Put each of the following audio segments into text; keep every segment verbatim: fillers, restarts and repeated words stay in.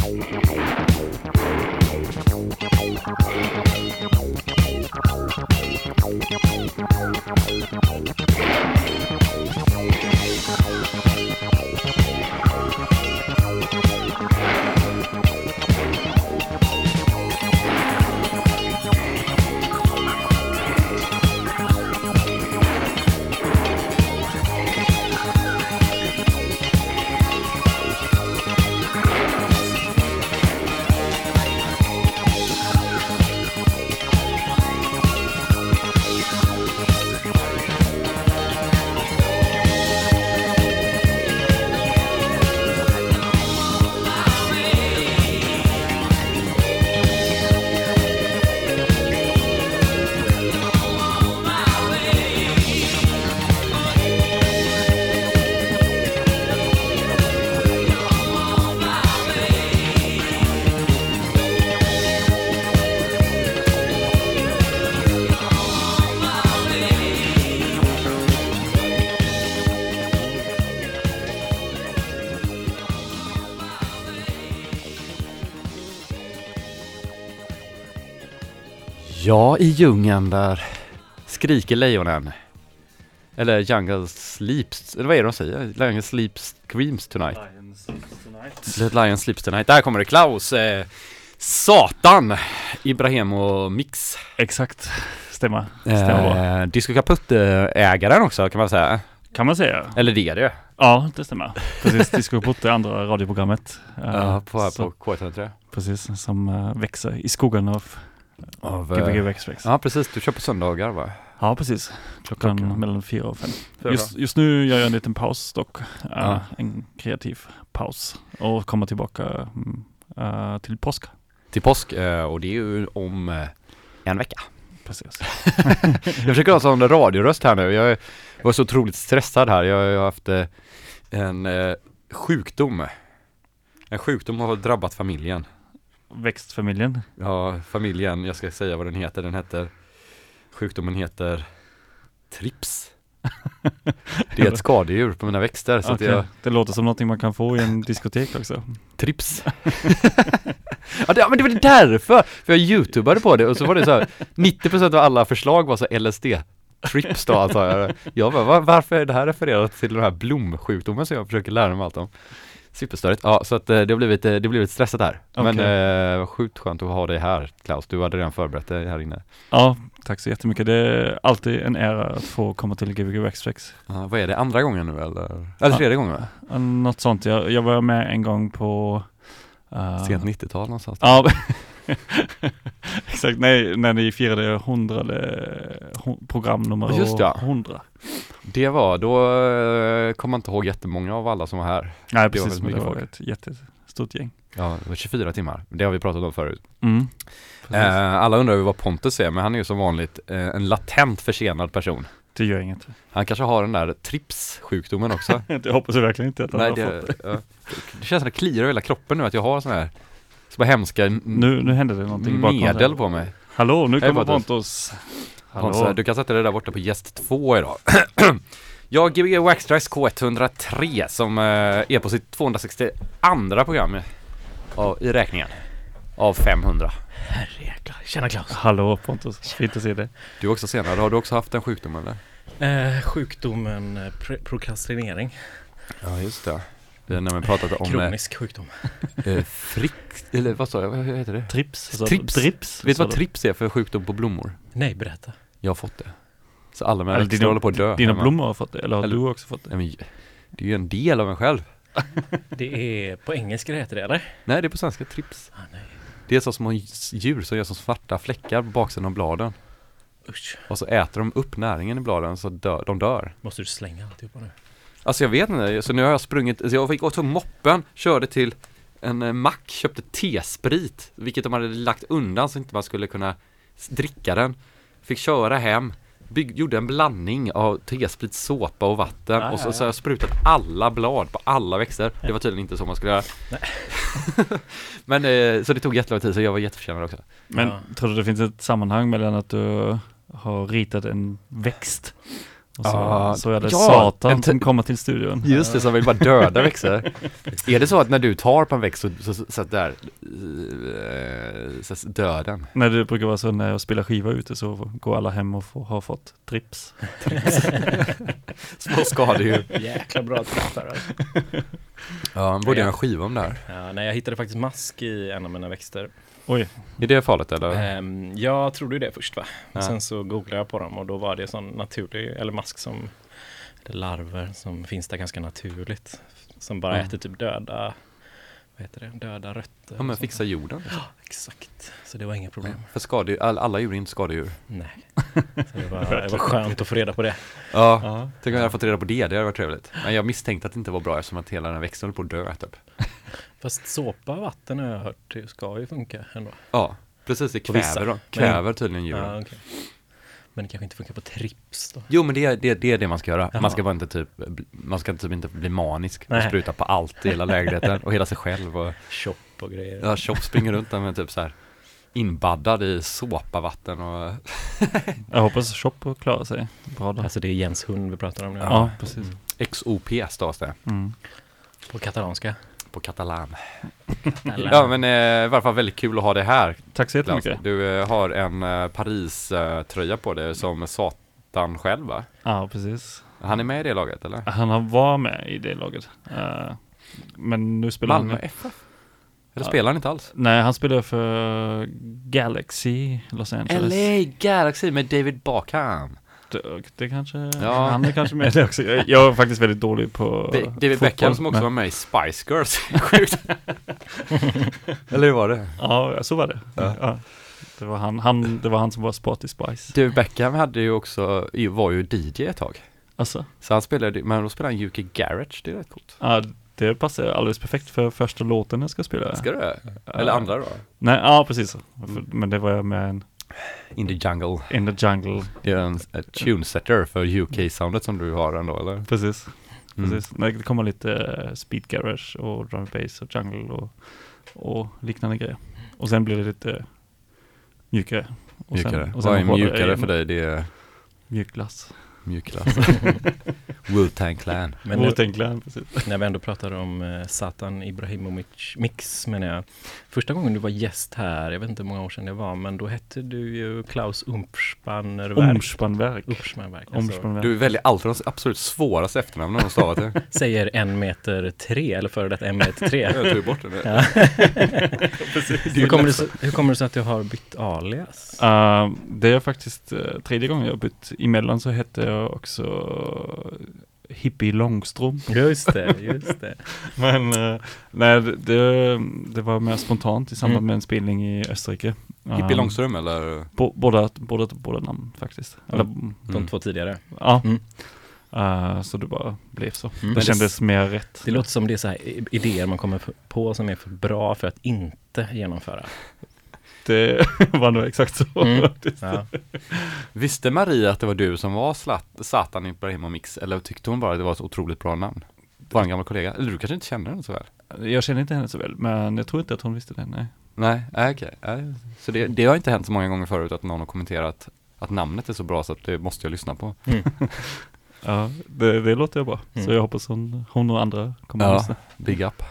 Ja, i djungeln där skriker lejonen. Eller Jungle Sleeps, eller vad är det de säger? Lion Sleeps Screams Tonight. Lion Sleeps Tonight. Lion Sleeps Tonight. Där kommer det Klaus. Eh, Satan. Ibrahim och Mix. Exakt, stämmer. stämmer eh, Disco Kaputt-ägaren också kan man säga. Kan man säga. Eller det är det. Ja, det stämmer. Precis, Disco Kaputt är andra radioprogrammet. Ja, på, uh, på K etthundra. Precis, som uh, växer i skogen av, av Gbg X-Rex. Ja, precis. Du kör på söndagar, va? Ja, precis. Klockan, Klockan. mellan fyra och fem. Fyra. Just, just nu gör jag en liten paus dock. Uh, ja. En kreativ paus. Och kommer tillbaka uh, till påsk. Till påsk, uh, och det är ju om uh, en vecka. Precis. Jag försöker ha en sån radioröst här nu. Jag var så otroligt stressad här. Jag har haft uh, en uh, sjukdom. En sjukdom har drabbat familjen. Växtfamiljen? Ja, familjen. Jag ska säga vad den heter. Den heter... Sjukdomen heter trips. Det är ett skadedjur på mina växter. Så okay. att jag... Det låter som någonting man kan få i en diskotek också. Trips. Ja, det, men det var därför. För jag youtubade på det och så var det så här, nittio procent av alla förslag var så L S D. Trips då alltså. Jag bara, var, varför är det här refererat till den här blomsjukdomen som jag försöker lära mig allt om? Superstörigt. Ja, så att det har blivit, det har blivit stressat här. Okay. Men eh, sjukt skönt att ha dig här, Klaus. Du hade redan förberett dig här inne. Ja, tack så jättemycket. Det är alltid en ära att få komma till Gbg X-Rex. Ja, vad är det? Andra gången nu eller? Eller tredje ja, gången? Va? Något sånt. Jag, jag var med en gång på... Uh... Sent nittiotal någonstans. Ja, exakt. Nej, när ni firade hundrade program nummer just ja. hundra. Det var, då uh, kom man inte ihåg jättemånga av alla som var här. Nej, det precis. Var det var folk. Ett jättestort gäng. Ja, det var tjugofyra timmar. Det har vi pratat om förut. Mm. Uh, alla undrar ju vad Pontus är, men han är ju som vanligt uh, en latent försenad person. Det gör inget. Han kanske har den där trips-sjukdomen också. Det hoppas jag verkligen inte att han Nej, har det, fått. Ja. Det känns som att det kliar i hela kroppen nu att jag har sån här så hemska n- nu, nu händer det någonting medel på mig. Hallå, nu kommer Pontus. Pontus, du kan sätta det där borta på gäst två idag. Jag Gbg X-Rex K etthundratre som uh, är på sitt tvåhundrasextiotvå program av, i räkningen av femhundra. Herrejäklar. Tjena Klaus. Hallå Pontus, fint att se dig. Du är också senare. Har du också haft en sjukdom eller? Eh, sjukdomen eh, pr- prokrastinering. Ja, just det. Det är när vi pratade om... Kronisk sjukdom. Eh, frick... Eller vad sa jag? Vad heter det? Trips. Trips. trips. Vet du vad trips är för sjukdom på blommor? Nej, berätta. Jag har fått det. Så alla med växter håller på att dö. Dina hemma. blommor har fått det? Eller har eller, du också fått det? Men, det är ju en del av en själv. Det är på engelska det heter det, eller? Nej, det är på svenska. Trips. Ah, nej. Det är så små djur som gör som svarta fläckar på baksidan av bladen. Usch. Och så äter de upp näringen i bladen så dör, de dör. Måste du slänga alltihopa nu? Alltså jag vet inte, så nu har jag sprungit, alltså jag fick också moppen, körde till en mack, köpte tesprit, vilket de hade lagt undan så inte man skulle kunna dricka den. Fick köra hem, bygg, gjorde en blandning av tesprit, såpa och vatten ah, och så, ja, ja. så har jag sprutat alla blad på alla växter. Ja. Det var tydligen inte så man skulle göra. Nej. Men eh, så det tog jättelång tid så jag var jätteförtjänad också. Men ja. Tror du det finns ett sammanhang mellan att du har ritat en växt Och så, Ah, så är det ja, Satan en t- som kommer till studion. Just det, som vill bara döda växter. Är det så att när du tar på en växt så, så, så, så där uh, så döden? När det brukar vara så när jag spelar skiva ute så går alla hem och får, har fått trips. Små skadedjur. Jäkla bra träffar. Alltså. Ja, man borde göra en skiva om det här. Ja, nej, jag hittade faktiskt mask i en av mina växter. Oj. Är det farligt eller? Um, jag trodde ju det först va. Ja. Sen så googlade jag på dem och då var det sån naturlig, eller mask som, eller larver som finns där ganska naturligt. Som bara Mm. äter typ döda, vad heter det, döda rötter. Ja, och men sånt. fixa jorden. Ja, exakt. Så det var inga problem. För skadedjur, all, alla djur är inte skadedjur. Nej. Så det var, det var skönt att få reda på det. Ja, Ja. tänk om jag hade fått reda på det, det hade varit trevligt. Men jag misstänkte att det inte var bra eftersom att hela den här växten håller på att dö typ. Fast såpa och vatten har jag hört ska ju funka ändå. Ja, precis, det På vissa. kväver, då. kväver tydligen djuren. Ja, okay. Men det kanske inte funkar på trips då. Jo, men det är det, det är det man ska göra. Jaha. Man ska bara inte typ, man ska typ inte bli manisk och Nej. spruta på allt i hela lägenheten och hela sig själv. Och, Shop och grejer. ja, Chop springer runt där med typ så här inbaddad i såpavatten och... Jag hoppas Shop klarar sig bra då. Alltså det är Jens hund vi pratar om nu. Ja, precis. Mm. X O P stavas det Mm. På katalanska. på katalan. Eller? Ja, men eh, i varje fall väldigt kul att ha det här. Tack så Klaus. jättemycket. Du eh, har en eh, Paris-tröja på dig som Satan själv, va? Ja, precis. Han är med i det laget, eller? Han har var med i det laget. Uh, men nu spelar Malmö han... F F? Eller Ja. spelar han inte alls? Nej, han spelar för Galaxy Los Angeles. L A Galaxy med David Beckham. Det, det kanske... Ja. Han är kanske med det också. Jag, jag är faktiskt väldigt dålig på David fotboll, Beckham som också men- var med i Spice Girls. Sjukt. Eller hur var det? Ja, så var det. Ja. Ja. Det var han, han, det var han som var Sporty Spice. David Beckham hade ju också, var ju D J ett tag. Alltså, Så han spelade, men då spelade han U K Garage, det är rätt coolt. ja, det passar alldeles perfekt för första låten jag ska spela. Ska du? Eller andra då? Nej, ja precis. För- Men det var jag med en In the Jungle. In the Jungle. Det är en, en tunesetter för U K-soundet som du har ändå, eller? Precis. Mm. Precis. Nej, det kommer lite eh, speed garage och drum and bass och jungle och, och liknande grejer. Och sen blir det lite mjukare. Och Mjukare. Sen, och sen Vad är hårdare mjukare i- för dig? Det är Mjukglass. mjukglass. Wu-Tang Clan. Men nu, Wu-Tang Clan, precis. när vi ändå pratar om eh, Satan Ibrahimovic mix menar jag. Första gången du var gäst här, jag vet inte hur många år sedan det var, men då hette du ju Klaus Umspannverk. Omspannverk. Umspannverk. Alltså, Omspannverk. Du väljer alltid de absolut svåraste efternamn när de stavar till. säger en meter tre, eller före detta en meter tre. Jag tog ju bort den. Ja. hur, kommer det så, hur kommer det sig att du har bytt alias? Uh, det är faktiskt uh, tredje gången jag har bytt. Emellan så hette jag också Hippie Långström. Just det, just det. Men uh, nej, det, det var mer spontant i samband Mm. med en spelning i Österrike. Hippie Um, Långström eller? bo, båda, båda, båda namn faktiskt. Ja. Eller, De Mm. två tidigare. ja. Mm. Uh, så det bara blev så. Mm. Det kändes mer rätt. Det låter som det är så här i- idéer man kommer f- på som är för bra för att inte genomföra. Det var nog exakt så. Mm. faktiskt. Ja. Visste Maria att det var du som var slat, Satan Ibrahimovic, eller tyckte hon bara att det var ett otroligt bra namn? Var en gammal kollega? Eller du kanske inte känner henne så väl? Jag känner inte henne så väl, men jag tror inte att hon visste det. Nej. Nej, nej, okej. Nej. Så det, det har inte hänt så många gånger förut att någon har kommenterat att namnet är så bra så att det måste jag lyssna på. Mm. Ja, det, det låter bra. Mm. Så jag hoppas hon, hon och andra kommer Ja. att lyssna. Big up.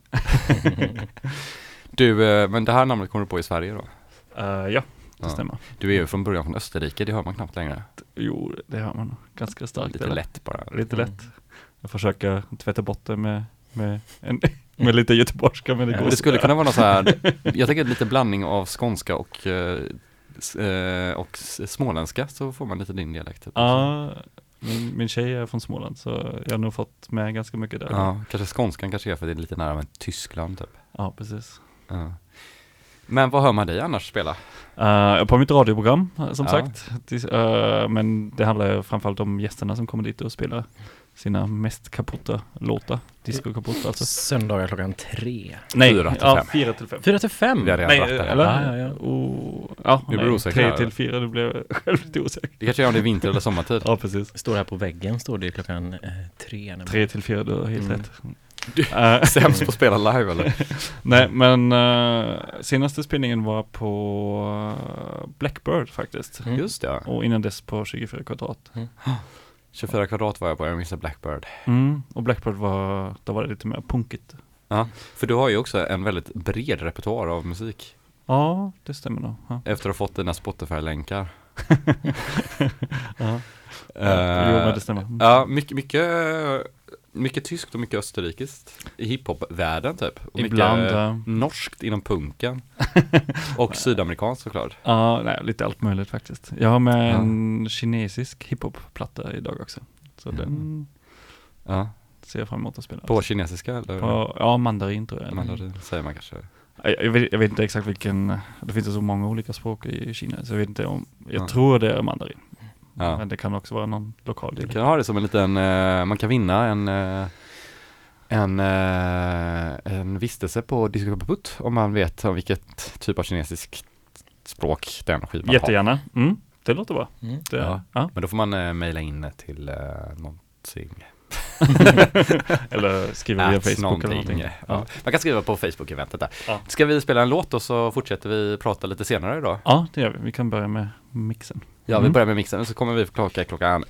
Du, eh, men det här namnet kommer du på i Sverige då? Uh, ja, det Ja. stämmer. Du är ju från början från Österrike, det hör man knappt längre. Jo, det har man nog. Ganska starkt. Lite eller? lätt bara. Lite Mm. lätt. Jag försöker tvätta bort det med, med, en, med lite göteborgska, men det Ja, går Men det skulle inte. kunna vara något så här, jag tänker lite blandning av skånska och, eh, s- eh, och s- småländska, så får man lite din dialekt. Typ. Ja, min, min tjej är från Småland, så jag har nog fått med ganska mycket där. Ja, kanske skånskan kanske är för det är lite nära med Tyskland typ. Ja, precis. Ja. Men vad hör man dig annars spela? Uh, på mitt radioprogram, eh, som Ja. sagt. Det, eh, men det handlar ju framförallt om gästerna som kommer dit och spelar sina mest kaputa låtar. Disco kaputt alltså. Söndagar klockan tre. Nej, fyra till ja, fem. fyra till fem. Fyra till fem? Vi har redan Nej, dratt det här. eller? Ja, ja, ja. Och, ja, Du blir nej, osäker tre här, till fyra, du blev själv lite osäker. Det kanske är om det är vinter eller sommartid. Ja, precis. Står här på väggen, står det klockan eh, tre. nämligen. Tre till fyra, du har helt Mm. rätt. Du- Eh, Sämst på att spela live eller? Nej, men uh, senaste spelningen var på uh, Blackbird faktiskt. Mm. Just det. Och innan dess på tjugofyra kvadrat. Mm. tjugofyra kvadrat var jag på, jag minns Blackbird. Mm, och Blackbird var, då var det lite mer punkigt. Ja, för du har ju också en väldigt bred repertoar av musik. Ja, det stämmer nog. Ja. Efter att ha fått dina Spotify-länkar. Ja. Uh, Jo, men det stämmer. Mm. Ja, mycket, mycket, mycket tyskt och mycket österrikiskt i hiphop-världen typ. Och Ibland, mycket ja. norskt inom punken. Och sydamerikanskt såklart. Ja, nej, lite allt möjligt faktiskt. Jag har med ja. en kinesisk hiphop-platta idag också. Så Mm. den Ja. ser jag fram emot att spela. På kinesiska eller? På, ja, mandarin tror jag. Mandarin säger man kanske. Jag, jag, vet, jag vet inte exakt vilken, det finns ju så många olika språk i Kina, så jag vet inte om, jag Ja. tror det är mandarin. Ja. Men det kan också vara någon lokal Du del. kan ha det som en liten, eh, man kan vinna en eh, en, eh, en vistelse på Disco Kaput om man vet om vilket typ av kinesisk språk den skivan har. Jättegärna. Mm, det låter bra. Mm. Det, Ja. ja. Men då får man eh, mejla in till eh, någonting. Eller skriva via At Facebook eller någonting. Ja. Ja. Man kan skriva på Facebook-eventet där. Ja. Ska vi spela en låt och så fortsätter vi prata lite senare idag? Ja, det gör vi. Vi kan börja med mixen. Ja, vi Mm. börjar med mixen och så kommer vi klocka klockan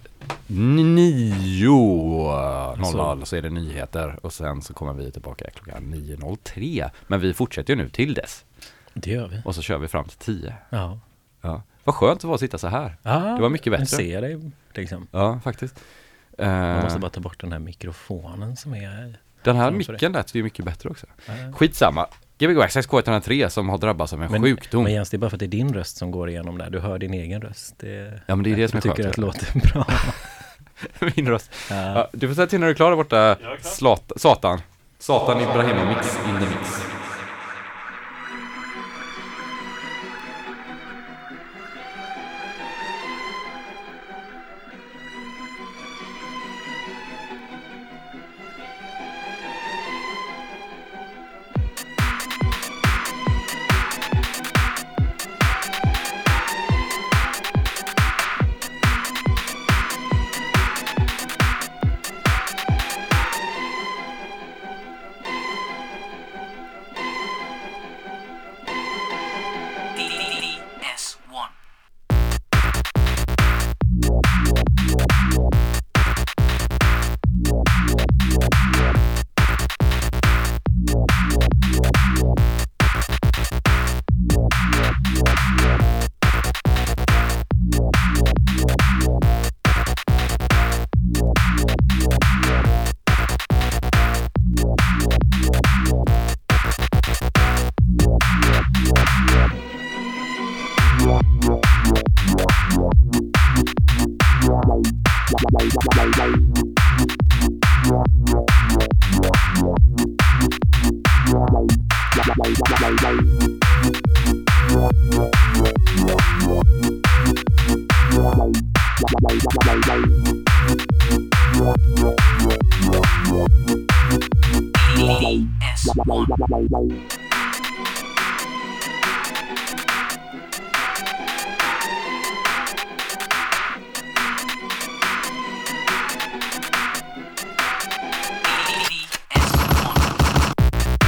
nio noll noll så är det nyheter och sen så kommer vi tillbaka klockan nio noll tre. Men vi fortsätter ju nu till dess. Det gör vi. Och så kör vi fram till tio. Ja. Ja. Vad skönt det var att sitta så här. Ja, Det var mycket bättre. Jag ser dig liksom. Ja, faktiskt. Man Eh, måste bara ta bort den här mikrofonen som är... den här framför micken lät ju mycket bättre också. Äh. Skitsamma. Gbg Access K ett noll tre som har drabbats av en Men- sjukdom. Men Jens, det är bara för att det är din röst som går igenom där. Du hör din egen röst. Det, Ja, men det är det som är jag tycker skönt. att det låter bra. Min röst. Ja. Ja, du får säga till när du är klar där borta. Slat- Satan. Satan Ibrahimovic in the mix. D S one. D S one. D S one.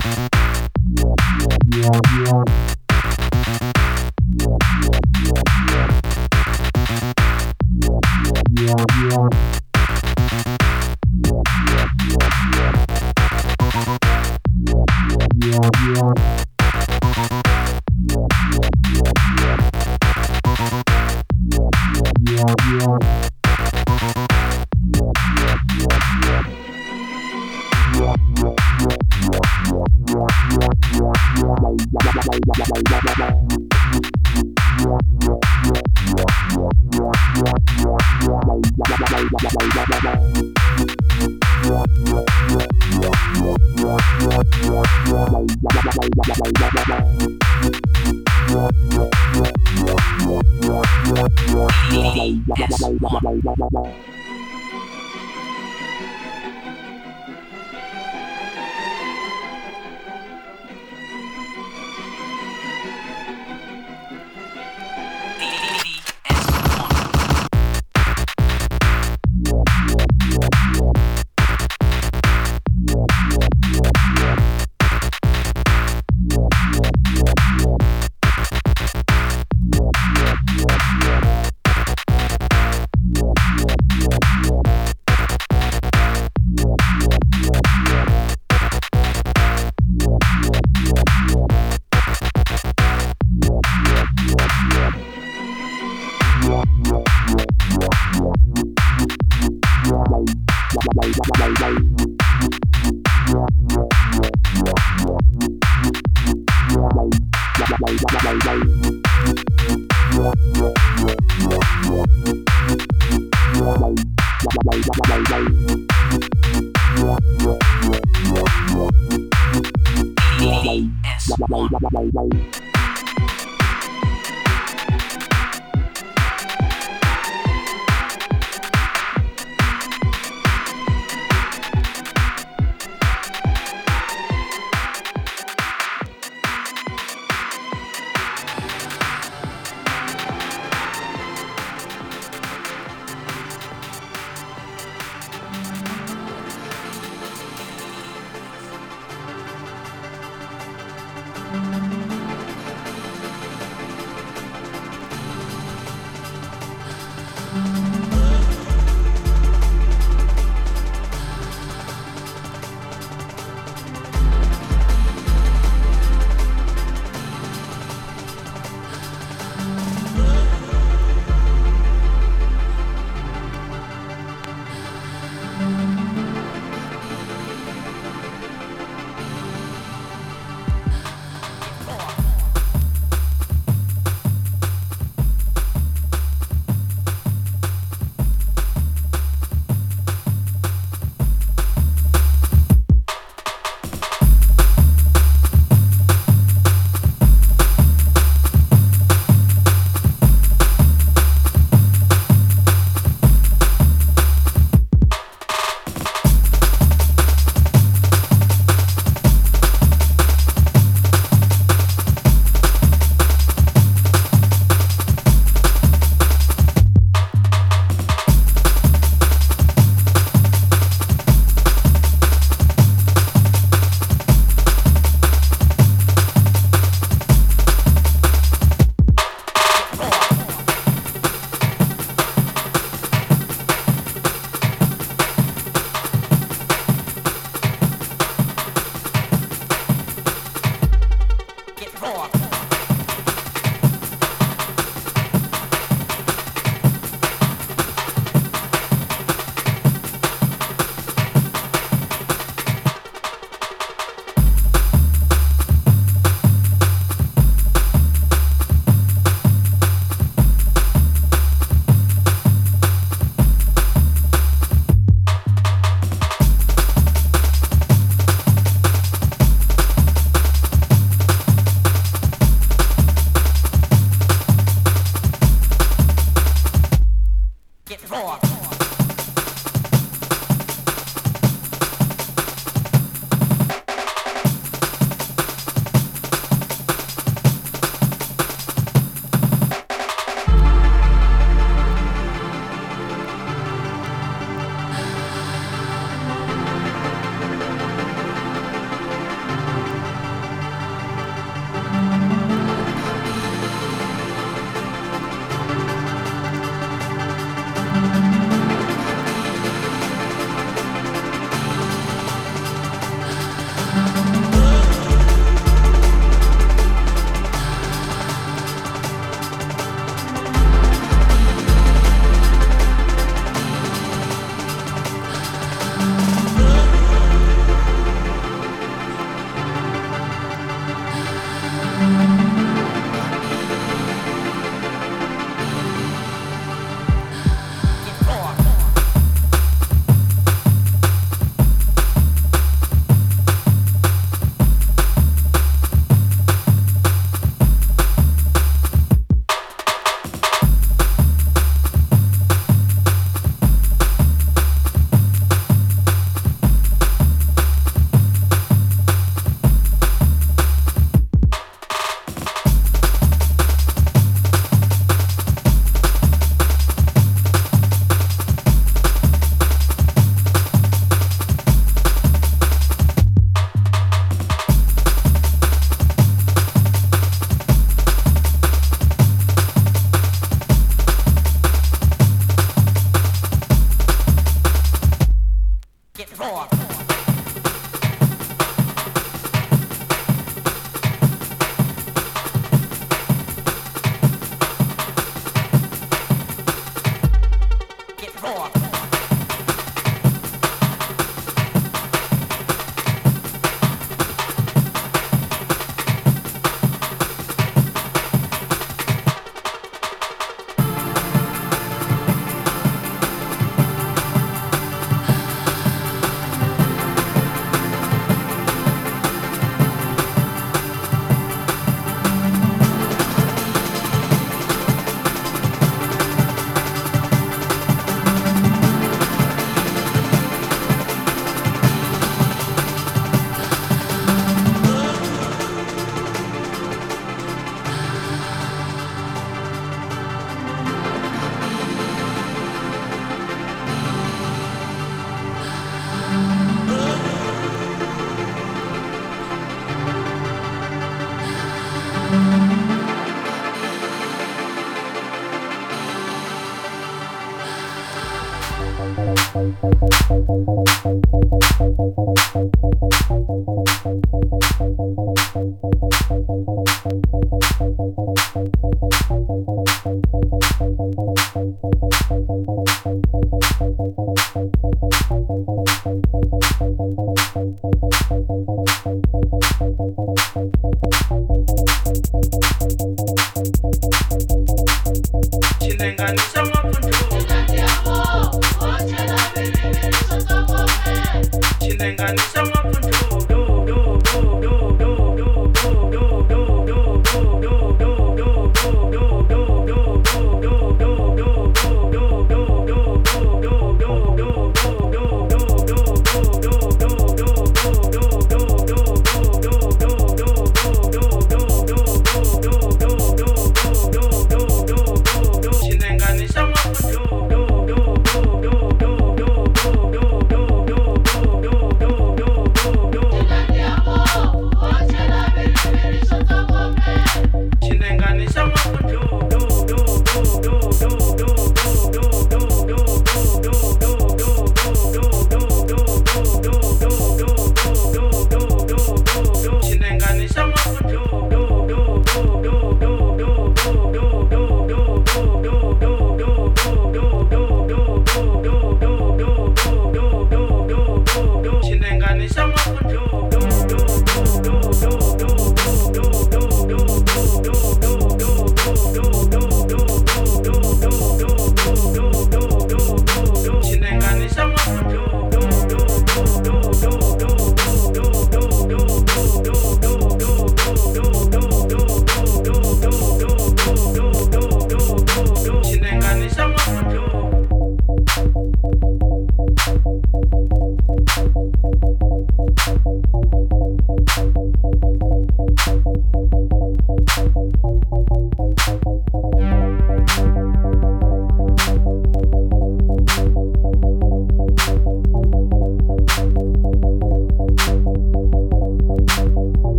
D S one. D S one. A S one.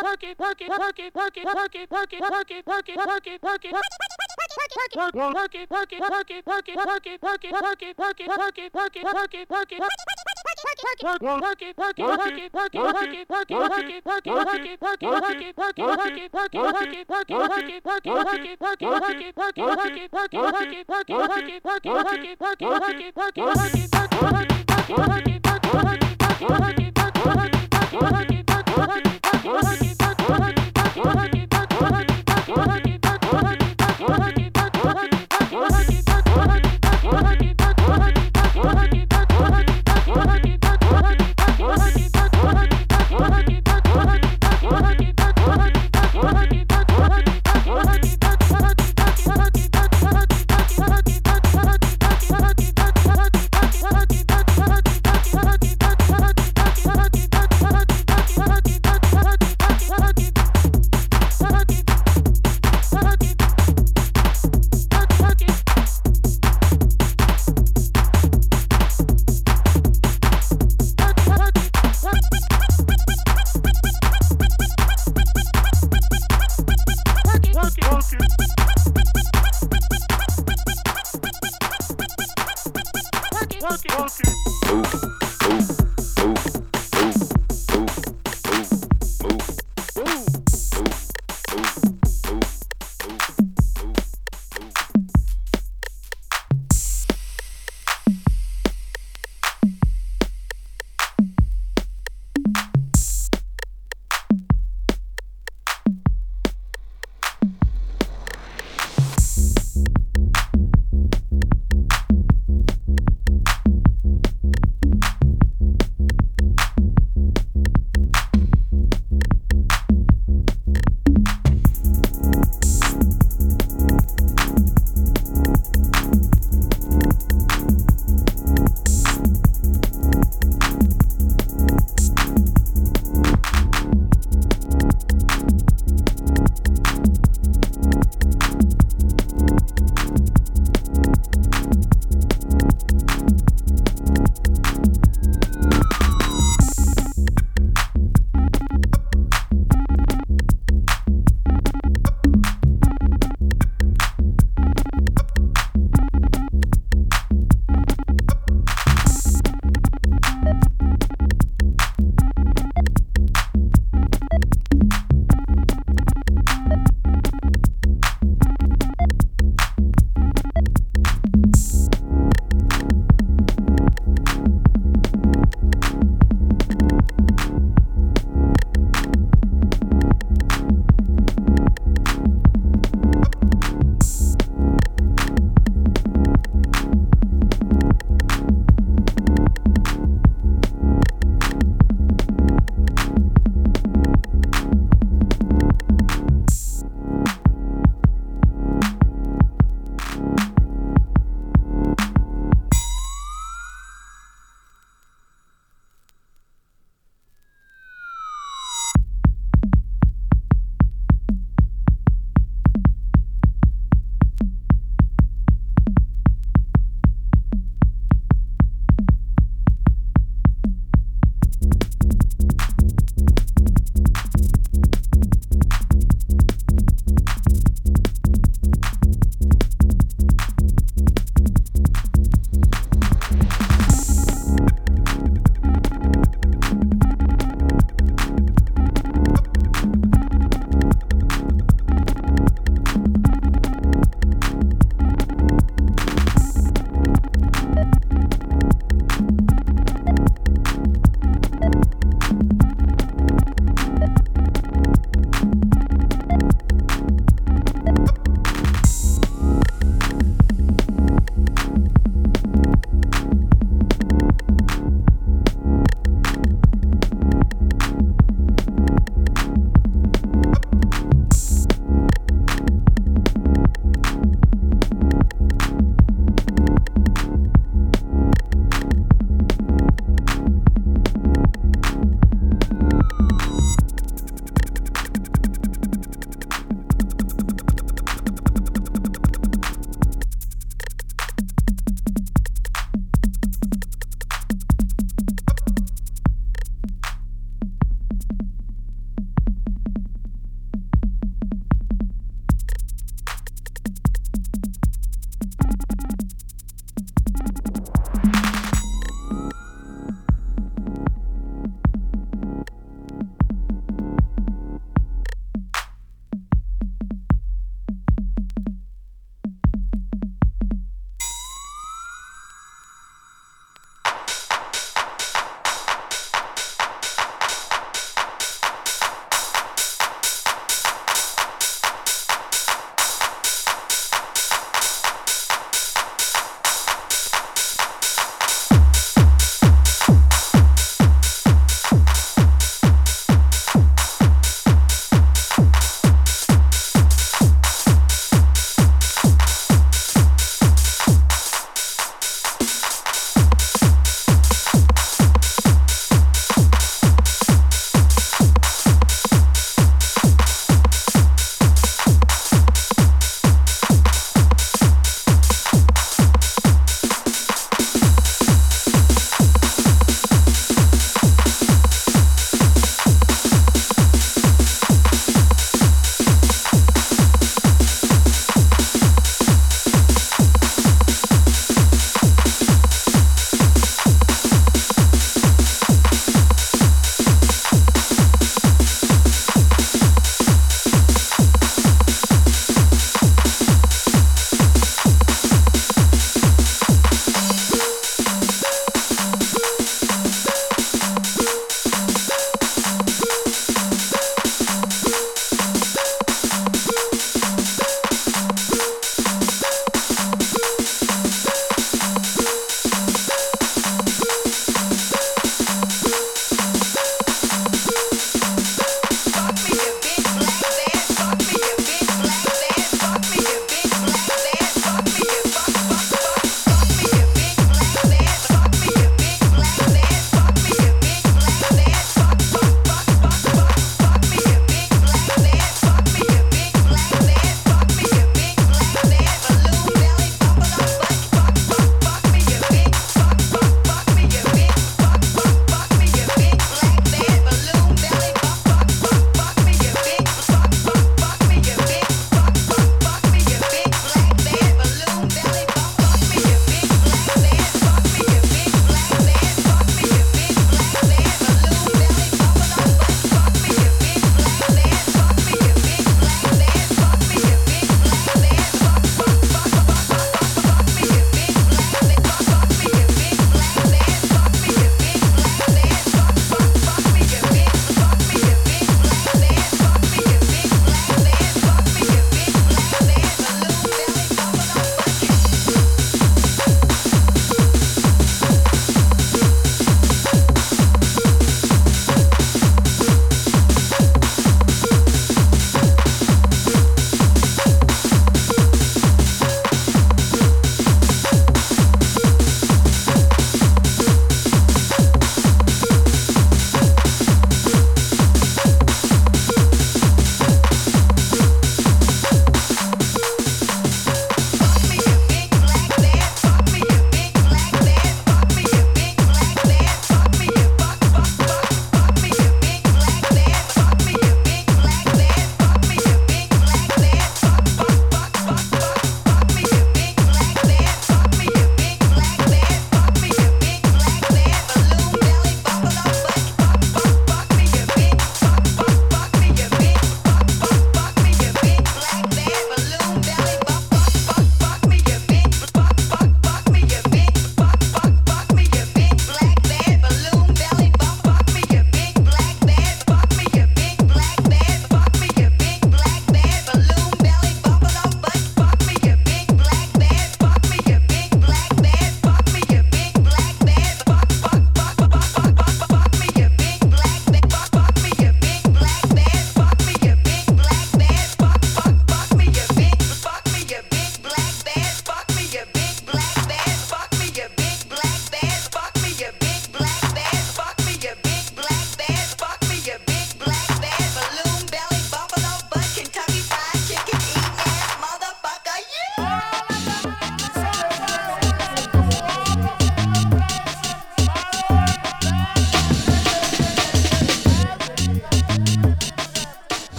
What?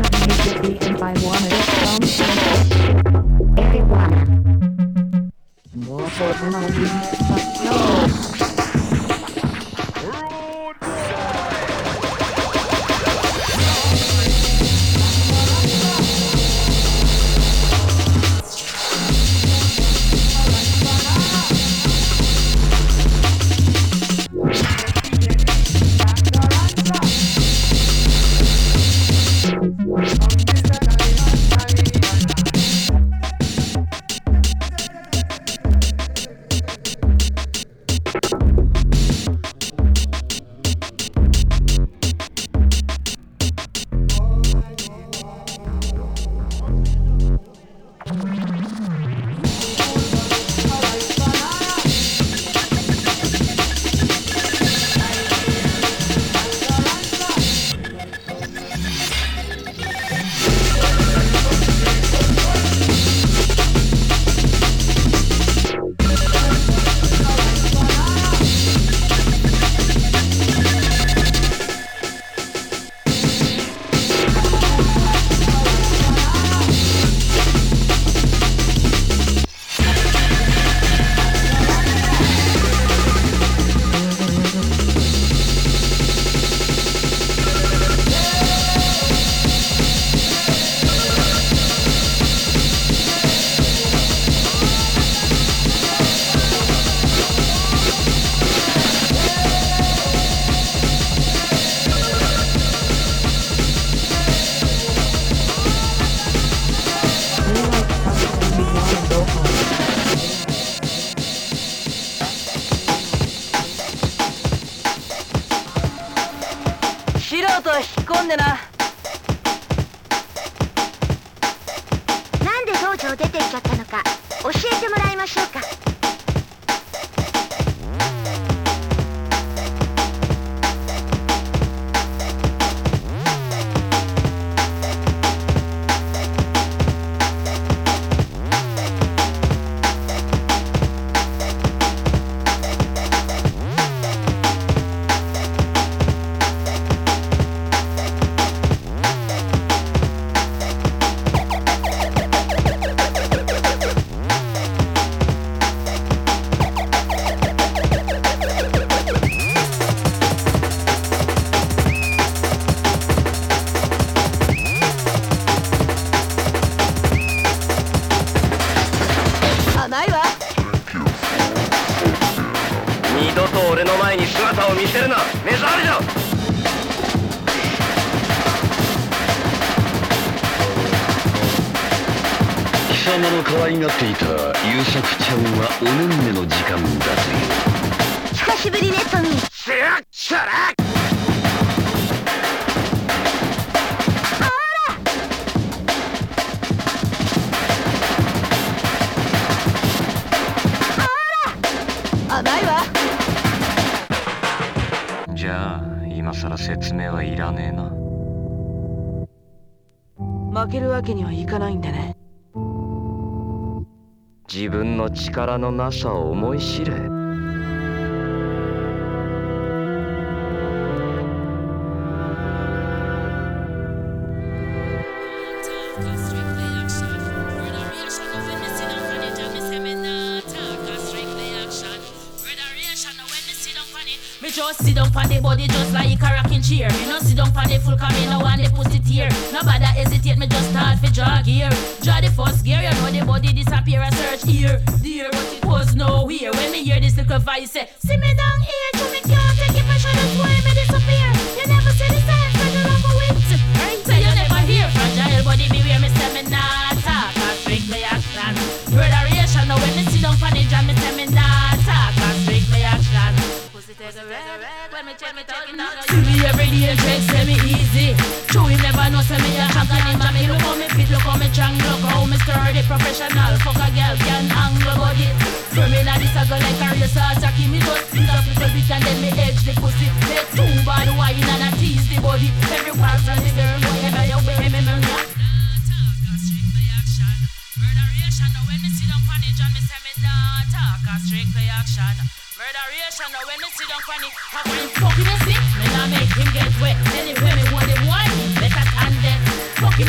力のなさを思い知れ。 Me just sit down for the body just like a rocking chair. Me no sit down for the full cause me no want the pussy tear. No bother hesitate, me just start for draw gear. Draw the first gear, you know the body disappear. I search here, there, but it was nowhere. When me hear this little voice say, see me down here, so me can't take it pressure, that's why me disappear. You never see the signs, but you don't go with. Right? So you never hear fragile body beware. Me say me not talk, I strictly action. Murderation, now when me sit down for the jam, me say me not talk, I strictly action. Take a rag, when me check me talking now. See me every day, check, say me easy. True, you never know, say me a champion in mommy. Look how me fit, look how me strong, look how me sturdy. Professional, fuck a girl, can angle body. So me now this a go like a racer, Jackie. Me just sit up little bit and then me edge the pussy. Take two bad wine and I tease the body. Every part of the girl, whatever you wear, me, me, me, me. Murderation, now when me sit down on it, and me say me not talk, a strictly action. Murderation, now when me sit down on it, I find fucking a sick, me not make him get wet. Anyway, me want him one, better than that. Fucking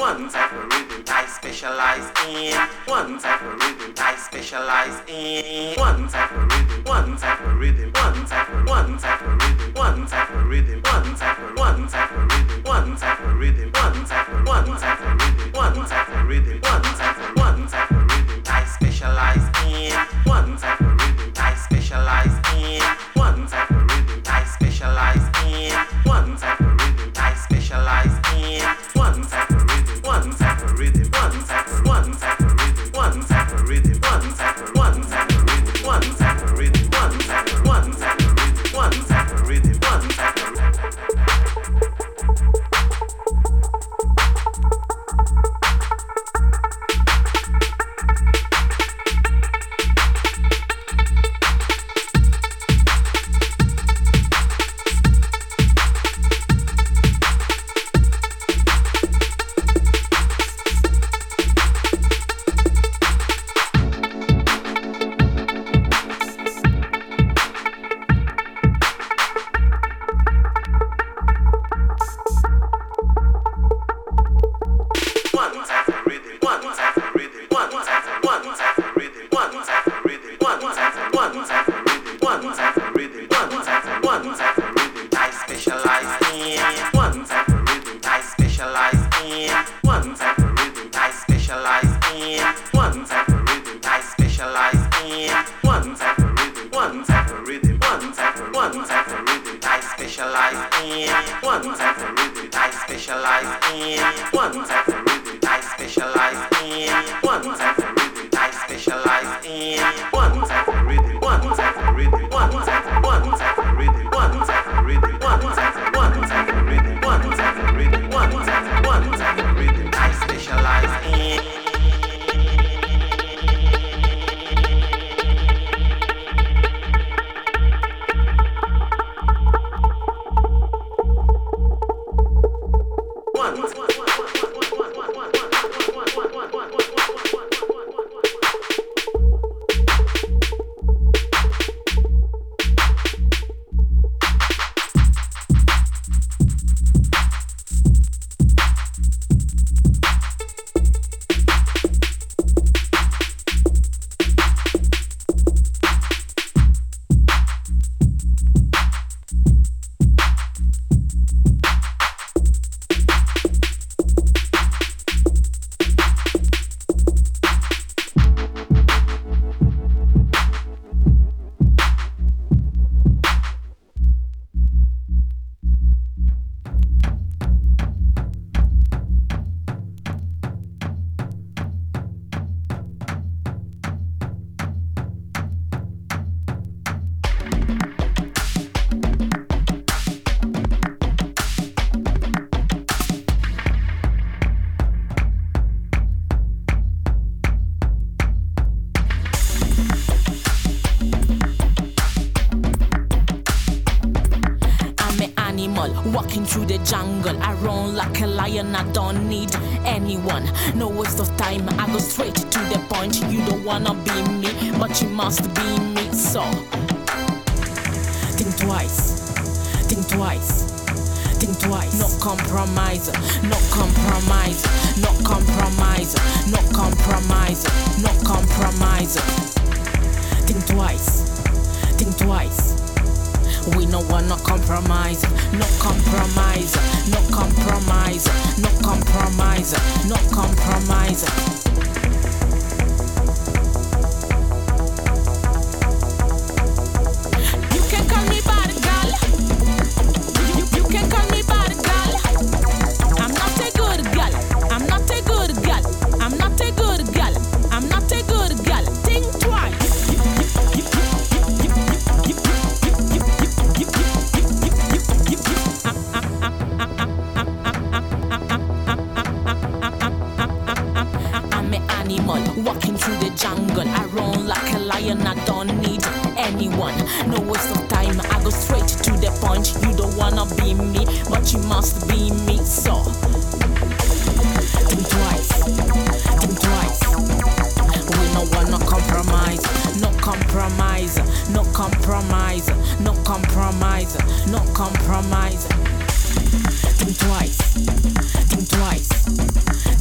One type of rhythm I specialize in. One type of rhythm I specialize in. One type of rhythm. One type of rhythm. One type of one type of rhythm. One type of rhythm. One type of one type of rhythm. One type of rhythm. One type of one type of rhythm. One type of rhythm. One type of one type of rhythm I specialize in. One type of rhythm I specialize in. One type of rhythm I specialize in. One type of rhythm I specialize in. One type of rhythm. One type of rhythm. One type of one type of rhythm. One type of rhythm. One type of one type of rhythm. One type of rhythm. One type of one type of rhythm. One type of rhythm. One type of walking through the jungle. I run like a lion, I don't need anyone. No waste of time, I go straight to the point. You don't wanna be me, but you must be me. So think twice, think twice, think twice. No compromise, no compromise, no compromise, no compromise, no compromise. Think twice, think twice. We no wanna compromise, no compromise, no compromise, no compromise, no compromise. You can call me bad girl. You, you can call me bad girl. I'm not a good girl. I'm not a good girl. I'm not a good girl. I'm not a good girl. Think twice. Walking through the jungle, I run like a lion, I don't need anyone. No waste of time, I go straight to the point. You don't wanna be me, but you must be me. So think twice, think twice. We no wanna compromise, no compromise, no compromise, no compromise, no compromise. Think twice, think twice.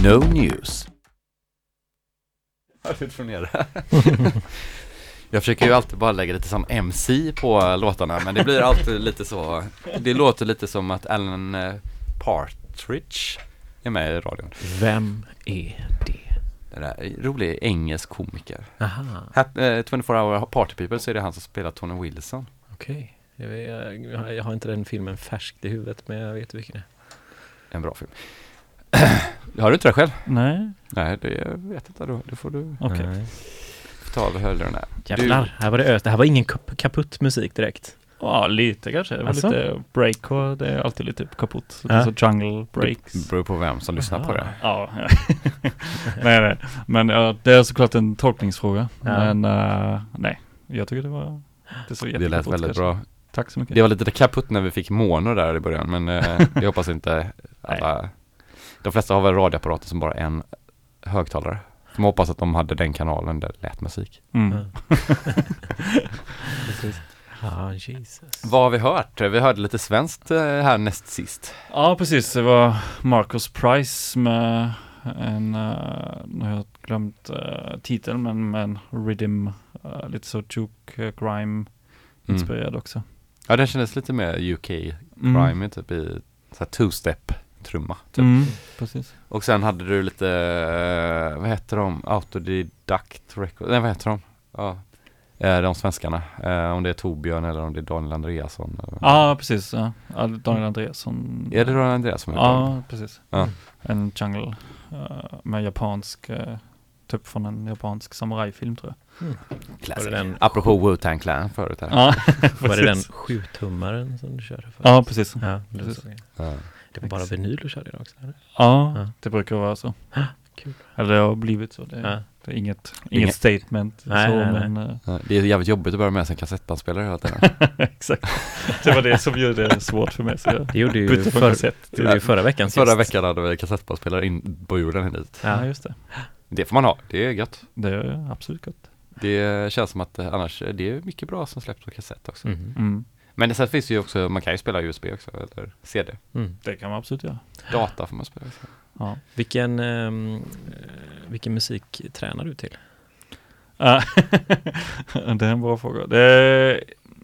No News. Jag vet från nere. Jag försöker ju alltid bara lägga lite som M C på låtarna, men det blir alltid lite så. Det låter lite som att Alan Partridge är med i radion. Vem är det? Det där rolig engelsk komiker. Aha. Hat, eh, twenty-four hour Party People, så är det han som spelar Tony Wilson. Okej. Okay. Jag, jag, jag har inte den filmen färskt i huvudet, men jag vet vilken det är. En bra film. Har du inte det själv? Nej. Nej, det jag vet inte då. Det får du Okej. Nej. ta av hörlurarna. Jävlar, här var det öst. Det här var ingen kap- kaputt musik direkt. Ja, lite kanske. Det var Alltså? lite breakcore, det är alltid lite kaputt. Så Ja. det är så jungle breaks. Det beror på vem som lyssnar på det. Ja, nej, nej. Men ja, det är såklart en tolkningsfråga. Ja. Men uh, nej, jag tycker det var det så Det lät jättekaputt väldigt kanske. bra. Tack så mycket. Det var lite kaputt när vi fick mono där i början, men eh, jag hoppas inte alla... De flesta har väl radioapparater som bara en högtalare. De hoppas att de hade den kanalen där det lät musik. Mm. Precis. Ja, Jesus. Vad har vi hört? Vi hörde lite svenskt eh, här näst sist. Ja, precis. Det var Marcus Price med en, uh, nu har jag glömt uh, titeln, men med en rhythm, uh, lite så juke uh, grime inspirerad också. Ja, den kändes lite mer U K Mm. grime, typ i så här two-step trumma. Typ. Mm, precis. Och sen hade du lite, eh, vad heter de? Autodidact Record. Nej, vad heter de? Ja. Eh, de svenskarna. Eh, om det är Torbjörn eller om det är Daniel Andreasson. Eller... Ja, precis. Ja. Ja, Daniel Andreasson. Är det Daniel Andreasson? Ja, precis. Ja. En jungle uh, med japansk, uh, typ från en japansk samurajfilm tror jag. Mm. Classic. Var det den- Apropå Wu-Tang Clan förut här. Ja, Var det den precis. sjutummaren som du körde för? Ja, precis. Ja, det, Precis. såg jag. Ja. Det var bara vinyl du körde idag också, eller? Ja, Ja. det brukar vara så. Kul. Eller det har blivit så. Det, Ja. det är inget, Inget- inget statement. Nej, så, nej, nej. men, uh, Ja, det är jävligt jobbigt att börja med sig en kassettbandspelare hela tiden. exakt. Det var det som gjorde det svårt för mig. Så jag Det gjorde ju bytte på för, kassett. det gjorde ju förra veckan Förra sist. veckan hade vi kassettbandspelare in på jorden hit. Ja, just det. Det får man ha, det är gött. Det är absolut gott. Det känns som att eh, annars det är mycket bra som släpps på kassett också. Mhm. Mm. Men sen finns det ju också, man kan ju spela U S B också, eller C D. Mm. Det kan man absolut göra. Data får man spela också. Ja. Vilken, ehm, eh, vilken musik tränar du till? Ja. Det är en bra fråga. Det är,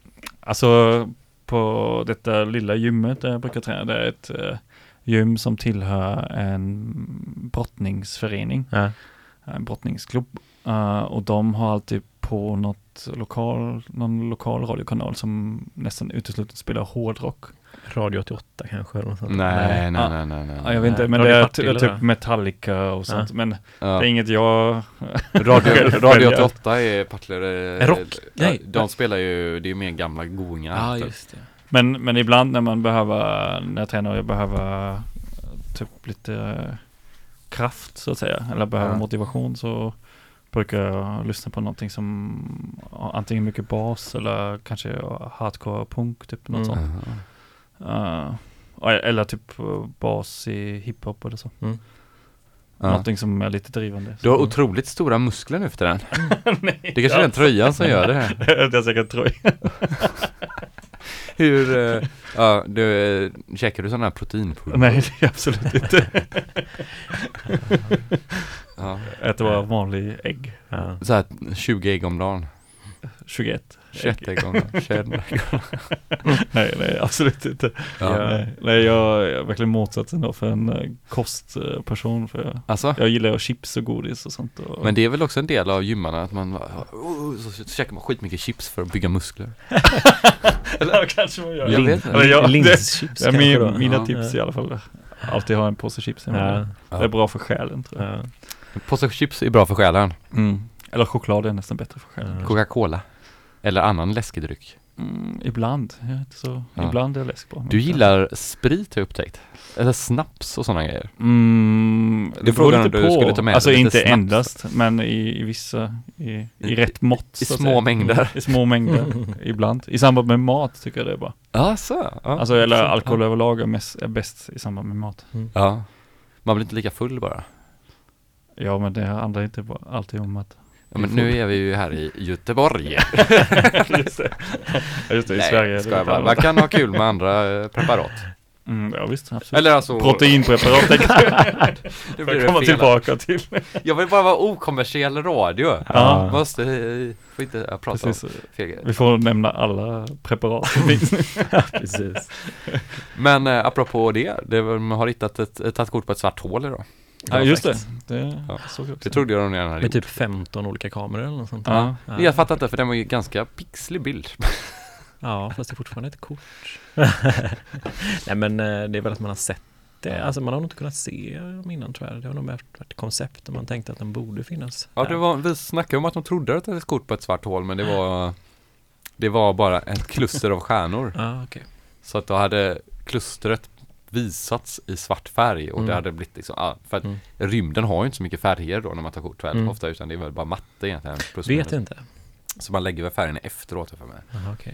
alltså på detta lilla gymmet där jag brukar träna, det är ett uh, gym som tillhör en brottningsförening, Ja. en brottningsklubb. Uh, och de har alltid på något lokal, någon lokal radiokanal som nästan uteslutande spelar hårdrock. Radio åttioåtta kanske? Eller något sånt. Nej, nej, Ja. nej, nej, nej. Ja, jag vet inte, Nej, men Radio det är Partille ty- typ då? Metallica och sånt. Men Ja. det är inget jag... Radio, Radio väljer. åttioåtta är Partille. En rock? Ja, Nej. de spelar ju, det är ju mer gamla goingar. Ja, typ. just det. Men, men ibland när man behöver, när jag tränar och jag behöver typ lite eh, kraft så att säga, eller behöver Ja. motivation, så brukar jag lyssna på någonting som har antingen mycket bas eller kanske hardcore punk, typ något Mm. sånt. Uh, eller typ uh, bas i hiphop eller så. Mm. Ja. Någonting som är lite drivande. Du har Så- otroligt stora muskler nu för den. Nej, Det kanske är den tröjan som gör det här. det är säkert tröja. Hur, uh, ja, du, uh, käkar du sån här proteinpulver? Nej, det är absolut inte. Ja. Äter bara vanlig ägg. Ja. Så här tjugo ägg om dagen. tjugoett. tjugoett ägg om dagen. tjugoett ägg om dagen. nej, nej, absolut inte. Ja. Nej, nej, jag är verkligen motsatsen då för en uh, kostperson. För jag, Alltså? jag gillar chips och godis och sånt. Och, Men det är väl också en del av gymmarna att man oh, så, så käkar man skitmycket chips för att bygga muskler. eller kanske man gör. Jag Lin- vet inte. Eller jag- Linschips det är kanske min, då? mina Ja. tips i alla fall. Alltid ha en påse chips hemma. Ja. Det är bra för själen, tror jag. Ja. En påse chips är bra för själen. Mm. Eller choklad är nästan bättre för själen. Ja. Coca-Cola. Eller annan läskedryck. Mm, ibland. Jag är inte så, Ja. ibland är det läsk på. men Du kanske- gillar sprit har jag upptäckt. Eller snaps och sådana grejer. Mm, Det är frågan om du skulle ta med alltså lite inte snaps. endast, men i, i vissa, i, i I- rätt mått. I så att små säga. mängder. I små mängder, ibland. I samband med mat tycker jag det är bra. Ja, så. Ja. Alltså, eller Så. alkohol överlag är, mest, är bäst i samband med mat. Ja. Man blir inte lika full bara. Ja, men det handlar inte bara alltid om att... Ja, men nu är vi ju här i Göteborg. just det. Ja, just det, i Nej, Sverige. är det ska jag lite bara. Man annat. kan ha kul med andra eh, preparat. Mm, ja visst, absolut. Eller alltså proteinpreparat. det blir det komma fel. tillbaka till. Jag vill bara vara okommersiell radio. Ja. Måste får inte jag prata Precis. om fel. Vi får nämna alla preparat som finns. Ja, precis. Men eh, apropå det, det var, man har hittat ett, ett tagit kort på ett svart hål idag. Ja, just det. Det, Ja. såg jag också. Det trodde jag de redan hade Med gjort. typ femton olika kameror eller något sånt. Ja. Ja. Jag fattar inte, för den var ju ganska pixlig bild. Ja, fast det är fortfarande ett kort. Nej, men eh, det är väl att man har sett det. Alltså man har nog inte kunnat se dem innan, tror jag. Det har nog varit ett koncept och man tänkte att den borde finnas. Ja, det var, vi snackade om att de trodde att det var ett kort på ett svart hål, men det var det var bara ett kluster av stjärnor. Ja, okej. Så att då hade klustret visats i svart färg och Mm. det hade blivit liksom, ja, för att Mm. rymden har ju inte så mycket färger då när man tar kort själv Mm. ofta, utan det är väl bara matte egentligen. plus Vet minus. inte. Så man lägger väl färgen efteråt för mig. Aha, okej.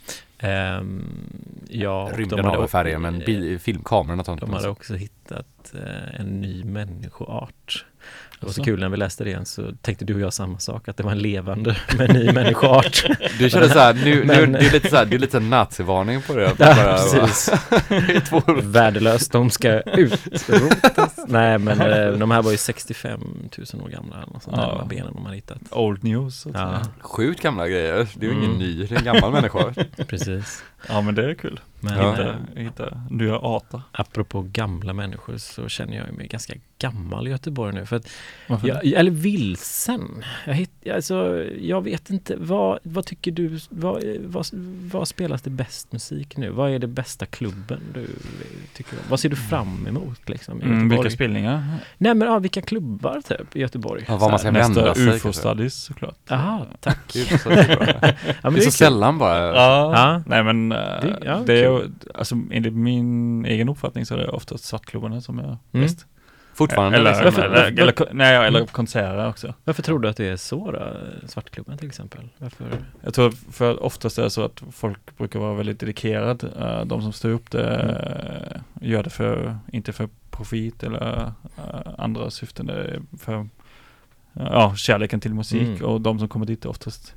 Ehm, ja, och Rymden de har hade väl färger, men bi- filmkamerorna tar inte De på hade sig. också hittat eh, en ny människoart. Det var så Alltså. kul när vi läste det igen, så tänkte du och jag samma sak, att det var en levande med en ny människoart. Du kände såhär, nu, Men- nu, det är lite såhär, det är lite en nazivarning på det. Ja, Bara- precis. Det är två olika. Värdelöst, de ska utrotas. Nej, men eh, de här var ju sextiofem tusen år gamla eller något sånt där, Ja. de här benen de hade hittat. Old news. Så att Ja. säga. Sjukt gamla grejer. Det är ju ingen Mm. ny, det är en gammal människa. Precis. Ja, men det är kul. Men Ja. Hitta, eh, hitta nya arter. apropå gamla människor så känner jag mig ganska gammal i Göteborg nu. För att Varför jag, det? eller vilsen. Jag, hitt, alltså, jag vet inte, vad, vad tycker du, vad, vad, vad spelas det bäst musik nu? Vad är det bästa klubben du tycker om? Vad ser du fram emot liksom, i Mm, Göteborg? vilka spelningar? Nej, men ja, vilka klubbar typ i Göteborg? Ja, vad man ska Nästa vända sig. U F O kanske. Studies såklart. Jaha, tack. Det är så, det är bra. Ja, men Det är så kul. sällan bara. Ja, Ja. nej men eh, Det- ja, det är alltså enligt min egen uppfattning så är det oftast svartklubbarna som är Mm. bäst. Fortfarande Eller, liksom. Varför- eller, varför- eller, ko- nej, eller Mm. konserter också. Varför tror du att det är så då? Svartklubben till exempel? Varför? Jag tror för oftast är det så att folk brukar vara väldigt dedikerade. Uh, de som står upp det uh, gör det för, inte för profit eller uh, andra syften. Det är för uh, ja, kärleken till musik. Mm. Och de som kommer dit är oftast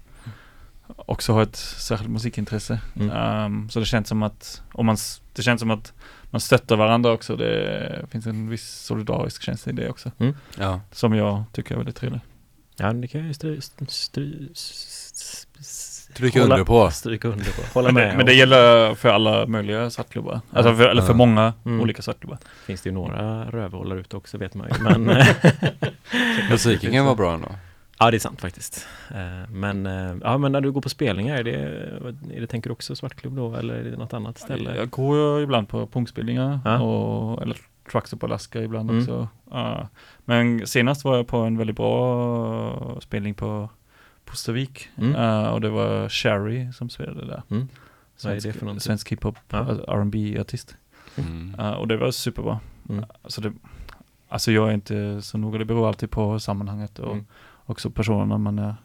också har ett särskilt musikintresse. Mm. Um, så det känns som att om man, s- det känns som att man stöttar varandra också. Det finns en viss solidarisk känsla i det också. Ja. Som jag tycker är väldigt trevlig. Ja, det kan jag ju stry, stry, s- s- Stryka hålla- under på. Stryka under på. Hålla Men med. det, men det gäller för alla möjliga svartklubbar. Alltså för, eller för Ja. många Mm. olika svartklubbar. Finns det ju några rövhållar ute också, vet man ju. Men eh, Musiken kan vara bra ändå. ja, det är sant faktiskt. Eh, Men, eh, ja, men när du går på spelningar, är det, är det tänker du också svartklubb då? Eller är det något annat ställe? Jag går ju ibland på punkspelningar Ja. och, eller Trucks på Alaska ibland Mm. också. Ja. Men senast var jag på en väldigt bra spelning på Pustervik. Mm. Uh, och det var Sherry som spelade där. Mm. Vad är det Svensk, för någonting? svensk hiphop, Ja. alltså R and B-artist. Mm. Uh, och det var superbra. Mm. Alltså, det, alltså jag är inte så noga, det beror alltid på sammanhanget och Mm. också personerna man är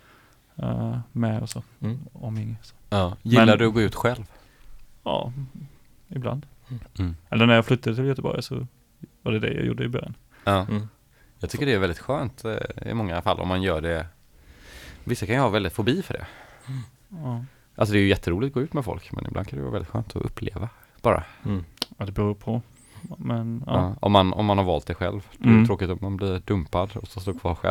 uh, med och så. Mm. Omgänge. Så. Ja. Gillar Men- du att gå ut själv? Ja, ibland. Mm. Eller när jag flyttade till Göteborg så var det det jag gjorde i början. Ja. Mm. Jag tycker det är väldigt skönt eh, i många fall om man gör det. Vissa kan ju ha väldigt fobi för det. Ja. Alltså det är ju jätteroligt att gå ut med folk, men ibland kan det vara väldigt skönt att uppleva bara. Mm. Ja, det beror på. Men ja. Ja. Om, man, om man har valt det själv. Det är Mm. tråkigt om man blir dumpad och så står kvar själv.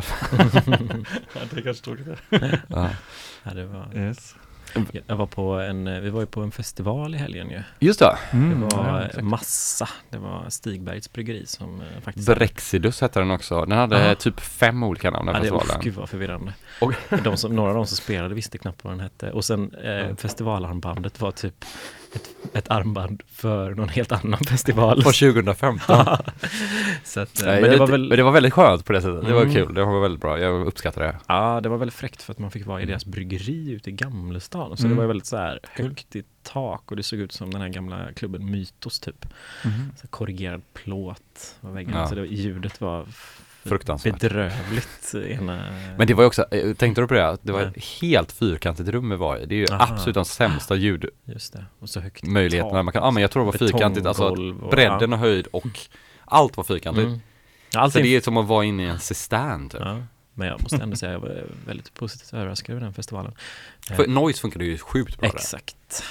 Ja, det är kanske tråkigt. Ja. Ja, det var, Yes. jag var på en, vi var ju på en festival i helgen ju. Just det. Mm, Det ja, var exakt. massa. Det var Stigbergs bryggeri som eh, faktiskt... Brexidus hette den också. Den hade Aha. typ fem olika namn, den Ja, det var, festivalen. gud vad förvirrande. Och- De som, några av de som spelade visste knappt vad den hette. Och sen eh, festivalarmbandet var typ ett, ett armband för någon helt annan festival. På tjugo femton. Så att, eh, Nej, men det var det- väl... men det var väldigt skönt på det sättet. Det var Mm. kul. Det var väldigt bra. Jag uppskattar det. Ja, det var väldigt fräckt för att man fick vara i deras bryggeri ute i Gamlestan. Så Mm. det var ju väldigt så här högt i tak och det såg ut som den här gamla klubben Mytos typ. Mhm. Så korrigerad plåt på väggarna. Ja. Så det, var- ljudet var f- Fruktansvärt. bedrövligt. Ena... Men det var ju också, eh, tänkte du på det? Det var Nej. ett helt fyrkantigt rum vi var i. Det är ju Aha. absolut de sämsta Just det. Och så högt ljudmöjligheterna man kan, ja men jag tror det var fyrkantigt, alltså Betonggolv och- bredden och höjd och allt var fyrkantigt. Mm. Ja, Så allting... det är som att vara inne i en cistern typ. Ja, men jag måste ändå säga att jag var väldigt positivt överraskad över den festivalen. För noise funkar ju sjukt bra där. Exakt.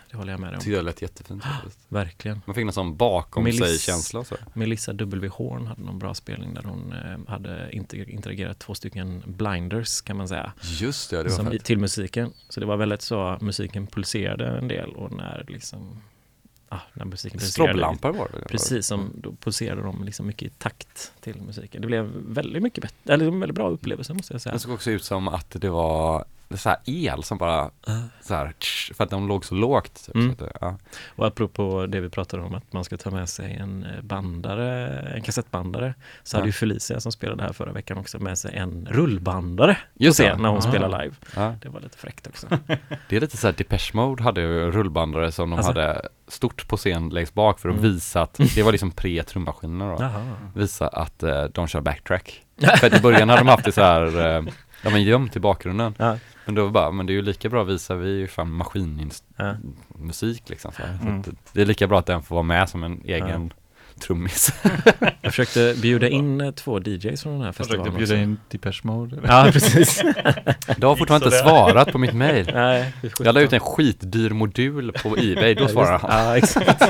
Det håller jag med om. Det det lät jättefint. Verkligen. Man fick någon sån bakom Melis- sig-känsla. Så. Melissa W. Horn hade någon bra spelning där hon eh, hade inter- interagerat två stycken blinders kan man säga. Just det, det var som, fett. till musiken. Så det var väldigt så, musiken pulserade en del och när liksom ah, när musiken pulserade. Strobblampor var det. Precis, som, då pulserade de liksom mycket i takt till musiken. Det blev väldigt mycket bättre, eller en väldigt bra upplevelse måste jag säga. Det såg också ut som att det var så här el som bara uh. så här, tsch, för att de låg så lågt. Typ, Mm. så att, ja. Och apropå det vi pratade om att man ska ta med sig en bandare, en kassettbandare, så Ja. hade ju Felicia som spelade här förra veckan också med sig en rullbandare Just på det. scen när hon Ah. spelar live. Ja. Det var lite fräckt också. Det är lite så här Depeche Mode hade ju rullbandare som de Alltså. hade stort på scen längst bak för att Mm. visa att det var liksom pre-trummaskinerna då. Jaha. Visa att eh, de kör backtrack. För att i början hade de haft det så här eh, ja men gömt i bakgrunden. Ja. Men då var bara, men det är ju lika bra att visa, vi är ju fan maskinmusik Ja. liksom så här. Mm. Så att det är lika bra att den får vara med som en egen trummis. Jag försökte bjuda in eh, två D Js från den här Jag festivalen försökte bjuda också. in Depeche Mode. eller? Ja, precis. Du har fortfarande inte Så det- svarat på mitt mejl. Nej, vi får Jag la ut ta- en skitdyr modul på eBay, då Ja, svarar just- han. Ja, exakt.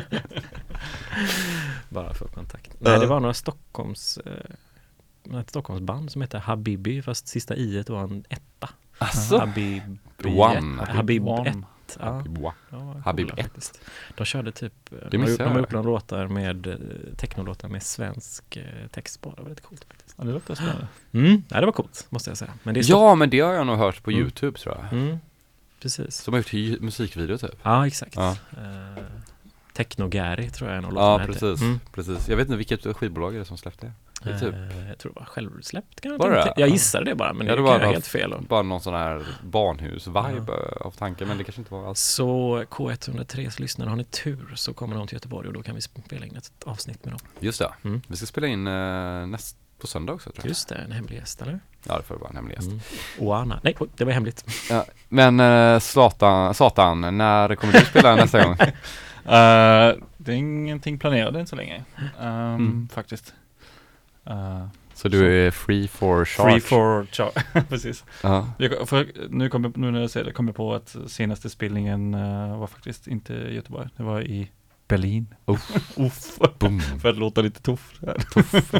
Bara för kontakt. Nej, det var några Stockholms eh, ett Stockholmsband som heter Habibi, fast sista i var en etta. Alltså? Habib One. Habib One. ett. Ja. Wow. Ja, vad Habib coola ett. faktiskt. De körde typ, Det de har, missade de har jag. gjort några låtar med eh, technolåtar med svensk eh, text på. Det var lite coolt faktiskt. Ja, det låter spännande. Mm. Ja, det var coolt, måste jag säga. Men det är Ja, men det har jag nog hört på Mm. YouTube tror jag. Mm. Precis. Som har gjort hy- musikvideo typ. Ja, exakt. Ja. Eh, Technogary tror jag en av Ja, låtarna hette. precis, Mm. precis. Jag vet inte vilket skivbolag är det som släppte det. Det är typ, Eh, jag tror det var självsläppt kan jag Var det tänka. det? Jag Ja. gissade det bara, men Ja, det, det kan var jag något- helt fel om. bara någon sån här barnhus-vibe av tanken, men det kanske inte var alls. Så K etthundratres lyssnare, har ni tur så kommer de till Göteborg och då kan vi spela in ett avsnitt med dem. Just det. Mm. Vi ska spela in uh, näst på söndag också tror jag. Just det, en hemlig gäst eller? Ja, det får vara en hemlig gäst. Mm. Oana. Nej, oj, det var hemligt. Ja, men uh, Satan, Satan, när kommer du spela nästa gång? Uh, det är ingenting planerat än så länge. Um, Mm. Faktiskt. Uh, Så du är free for charge? free for charge. Precis. Ja. Jag, för, nu, kom jag, nu när jag säger det kommer jag på att senaste spelningen uh, var faktiskt inte i Göteborg. Det var i Berlin. Uff. Uff. Boom. För att låta lite tuff. Tuff.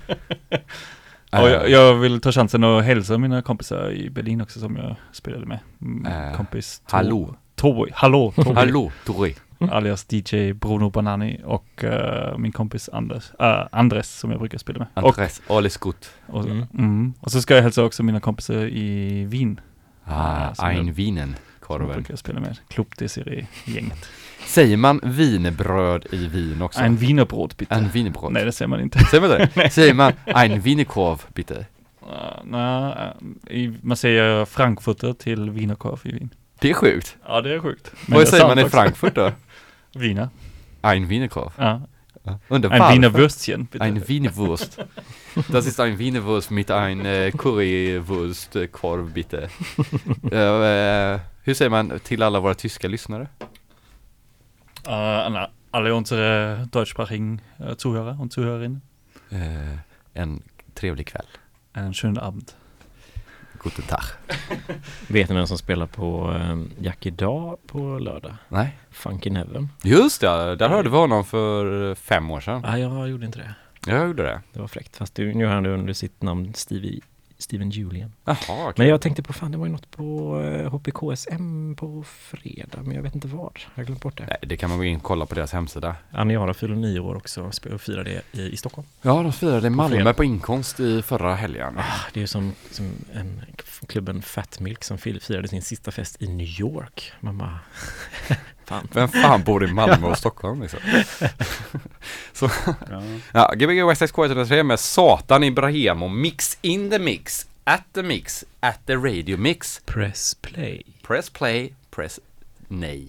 Och jag, jag vill ta chansen att hälsa mina kompisar i Berlin också som jag spelade med. Mm, Äh, kompis To- hallå. Tobi. Hallå Tobi. Hallå, Tori. Alias D J Bruno Banani och uh, min kompis Anders, uh, Andres som jag brukar spela med. Andres, alles gut. Och, och, Mm. mm. och så ska jag hälsa också mina kompisar i Wien. Ah, som ein jag- Wien, Som jag korven. brukar spela med. Club Desiree-gänget. Säger man wienerbröd i Wien också? En wienerbröd bitte. En wienerbröd. Nej, det säger man inte. Säger man det? Säger man ein wienerkorv, bitte? Uh, nej, uh, i- man säger Frankfurter till wienerkorv i Wien. Det är sjukt. Ja, det är sjukt. Vad det är säger sant man i också. Frankfurt då? Wiener. Ein wienerkorv. Ja. Undrar En varför? wienerwürstchen bitte. Ein Wienerwurst. Das ist ein Wienerwurst mit ein äh, Currywurstkorv, bitte. uh, uh, hur säger man till alla våra tyska lyssnare? Uh, alla, alla unsere deutschsprachigen uh, Zuhörer und Zuhörerinnen. Uh, en trevlig kväll. En schönen Abend. Guten Tag. Vet ni vem som spelar på um, Jack idag på lördag? Nej. Funky Heaven. Just det, där hörde vi honom för fem år sedan. Ah, jag gjorde inte det. Jag gjorde det. Det var fräckt. Fast nu gör han det under sitt namn Stevie, Steven Julian. Jaha, okej. Men jag tänkte på, fan det var ju något på uh, H P K S M på fredag. Men jag vet inte vad. Jag har glömt bort det. Nej, det kan man gå in och kolla på deras hemsida. Aniara fyller nio år också och firar det i, i Stockholm. Ja, de firade i Malmö fredag. på inkomst i förra helgen. Ah, det är ju som, som en, klubben Fat Milk som fil- firade sin sista fest i New York. Mamma, fan. Vem fan bor i Malmö och Stockholm liksom? Så, Ja. ja, G B G West X K etthundratre med Satan Ibrahim och Mix in the Mix, at the mix, at the radio mix. Press play. Press play, press nej.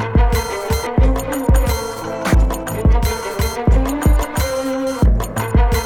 Thank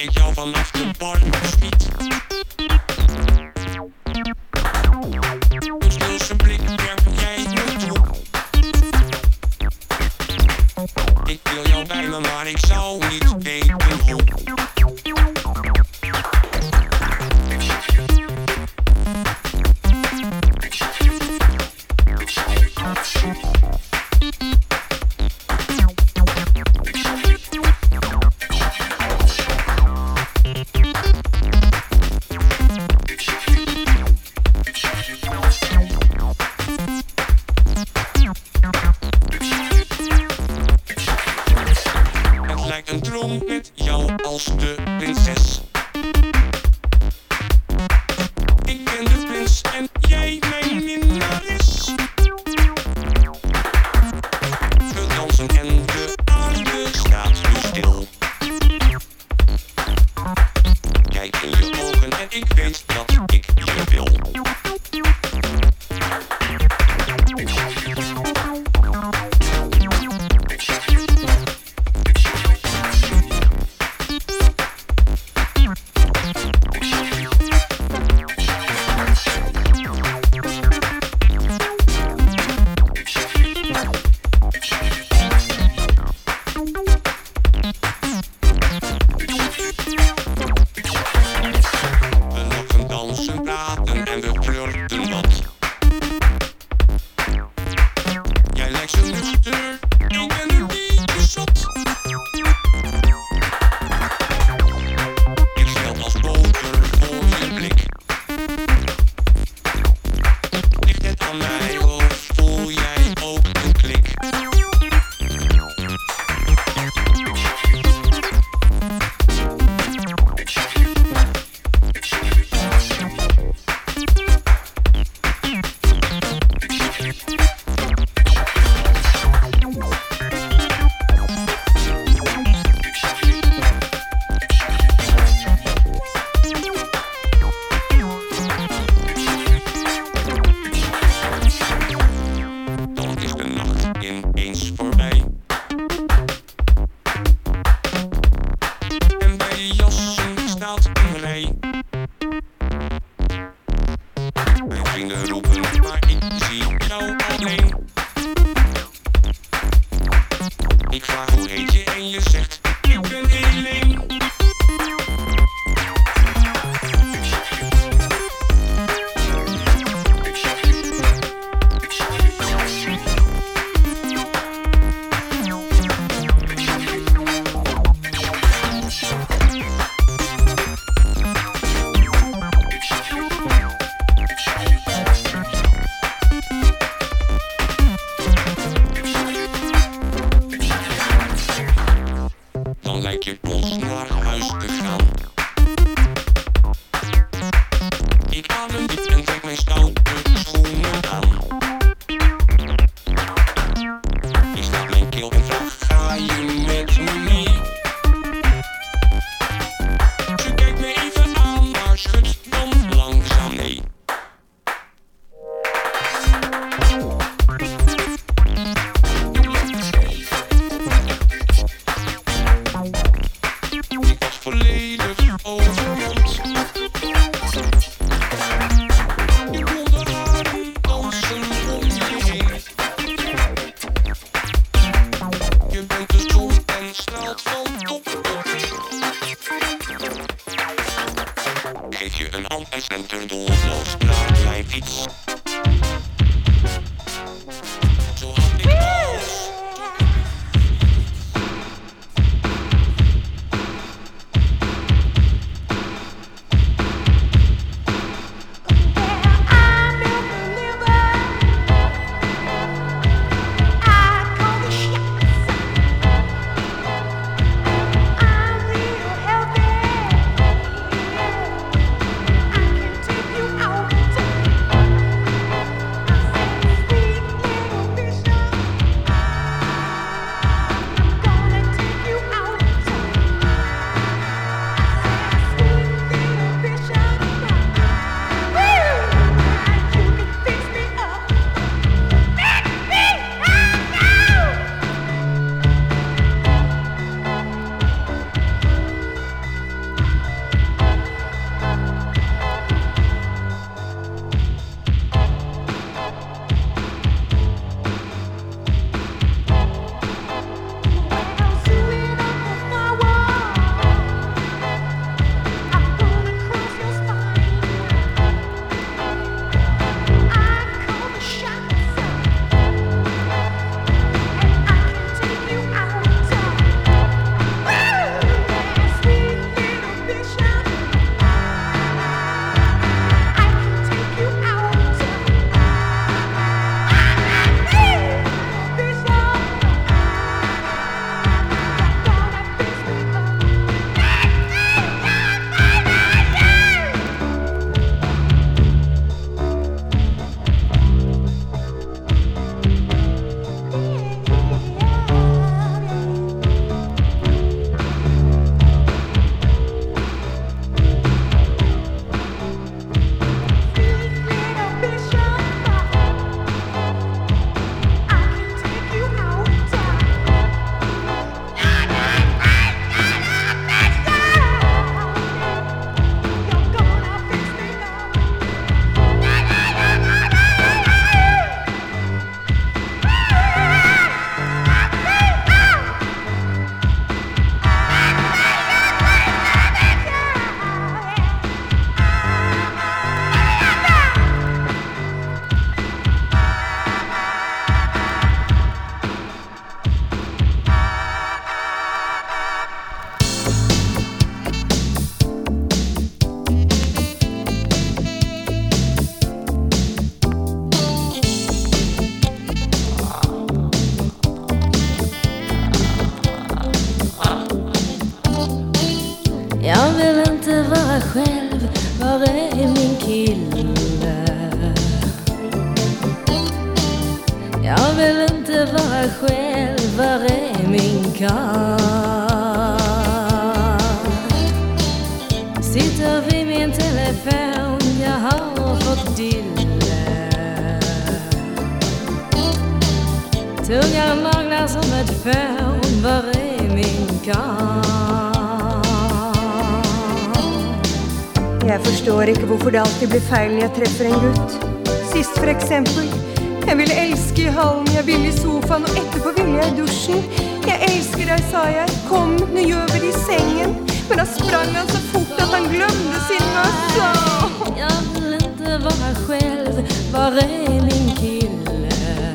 ik jou vanaf de bar schiet. Een stilse blik werp jij me toe. Ik wil jou bij me, maar ik zou niet weten hoe. Een droom met jou als de prinses. Ik ben de prins en jij mijn minnares. We dansen en de aarde staat nu stil. Kijk in je ogen en ik weet dat ik je wil. Out själv, var är min kille? Jag vill inte vara själv, var är min karl? Sitter vid min telefon, jag har fått dille. Tungan naglar som ett fån, var är min karl? Jeg forstår ikke hvorfor det alltid blir feil når jeg treffer en gutt. Sist for eksempel, jeg ville elske i hallen, jeg ville i sofaen, og etterpå ville jeg i dusjen. Jeg elsker deg, sa jeg, kom, nu gjør vi det i sengen. Men da sprang han så fort at han glömde sin mössa. Jag vill inte vara själv, var är min kille?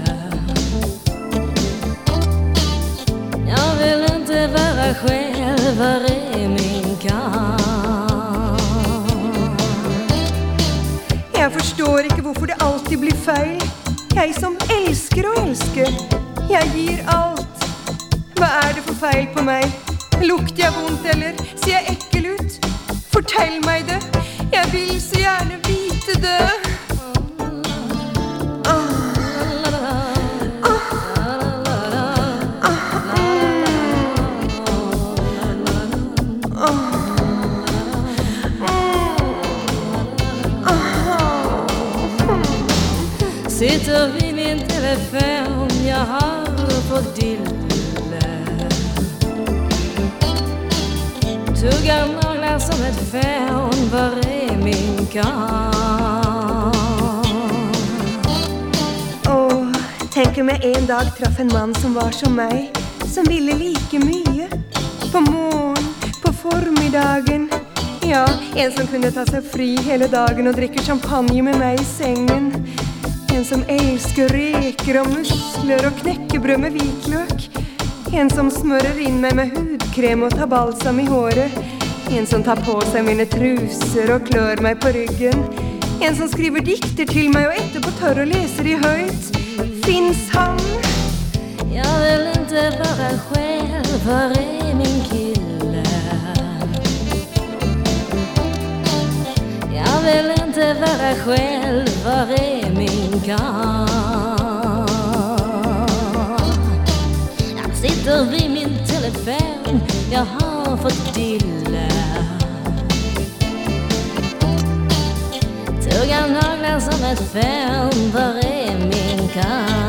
Jag vill inte vara själv, var är min karl? Jeg forstår ikke hvorfor det alltid blir feil. Jeg som elsker å elske, jeg gir alt. Hva er det for feil på meg? Lukter jeg vondt eller ser jeg ekkel ut? Fortell meg det, jeg vil så gjerne vite det. Sitter vid min telefon, jag har fått dille. Tuggar naglar som ett fån, var är min karl? Åh, tänk om jeg en dag traff en mann som var som meg, som ville like mye. På morgen, på formiddagen. Ja, en som kunne ta seg fri hele dagen og drikke champagne med meg i sengen. En som elsker reker og muskler og knekkebrød med hvitløk. En som smører inn meg med hudkrem og tar balsam i håret. En som tar på seg mine truser og klør meg på ryggen. En som skriver dikter til meg og etterpå tør å lese de høyt. Finns han? Jag vill inte vara själv, var är min kille? Jag vill inte vara själv, var är min karl? Jag sitter vid min telefon, jag har fått dille. Tuggar naglar som ett fån, var är min karl?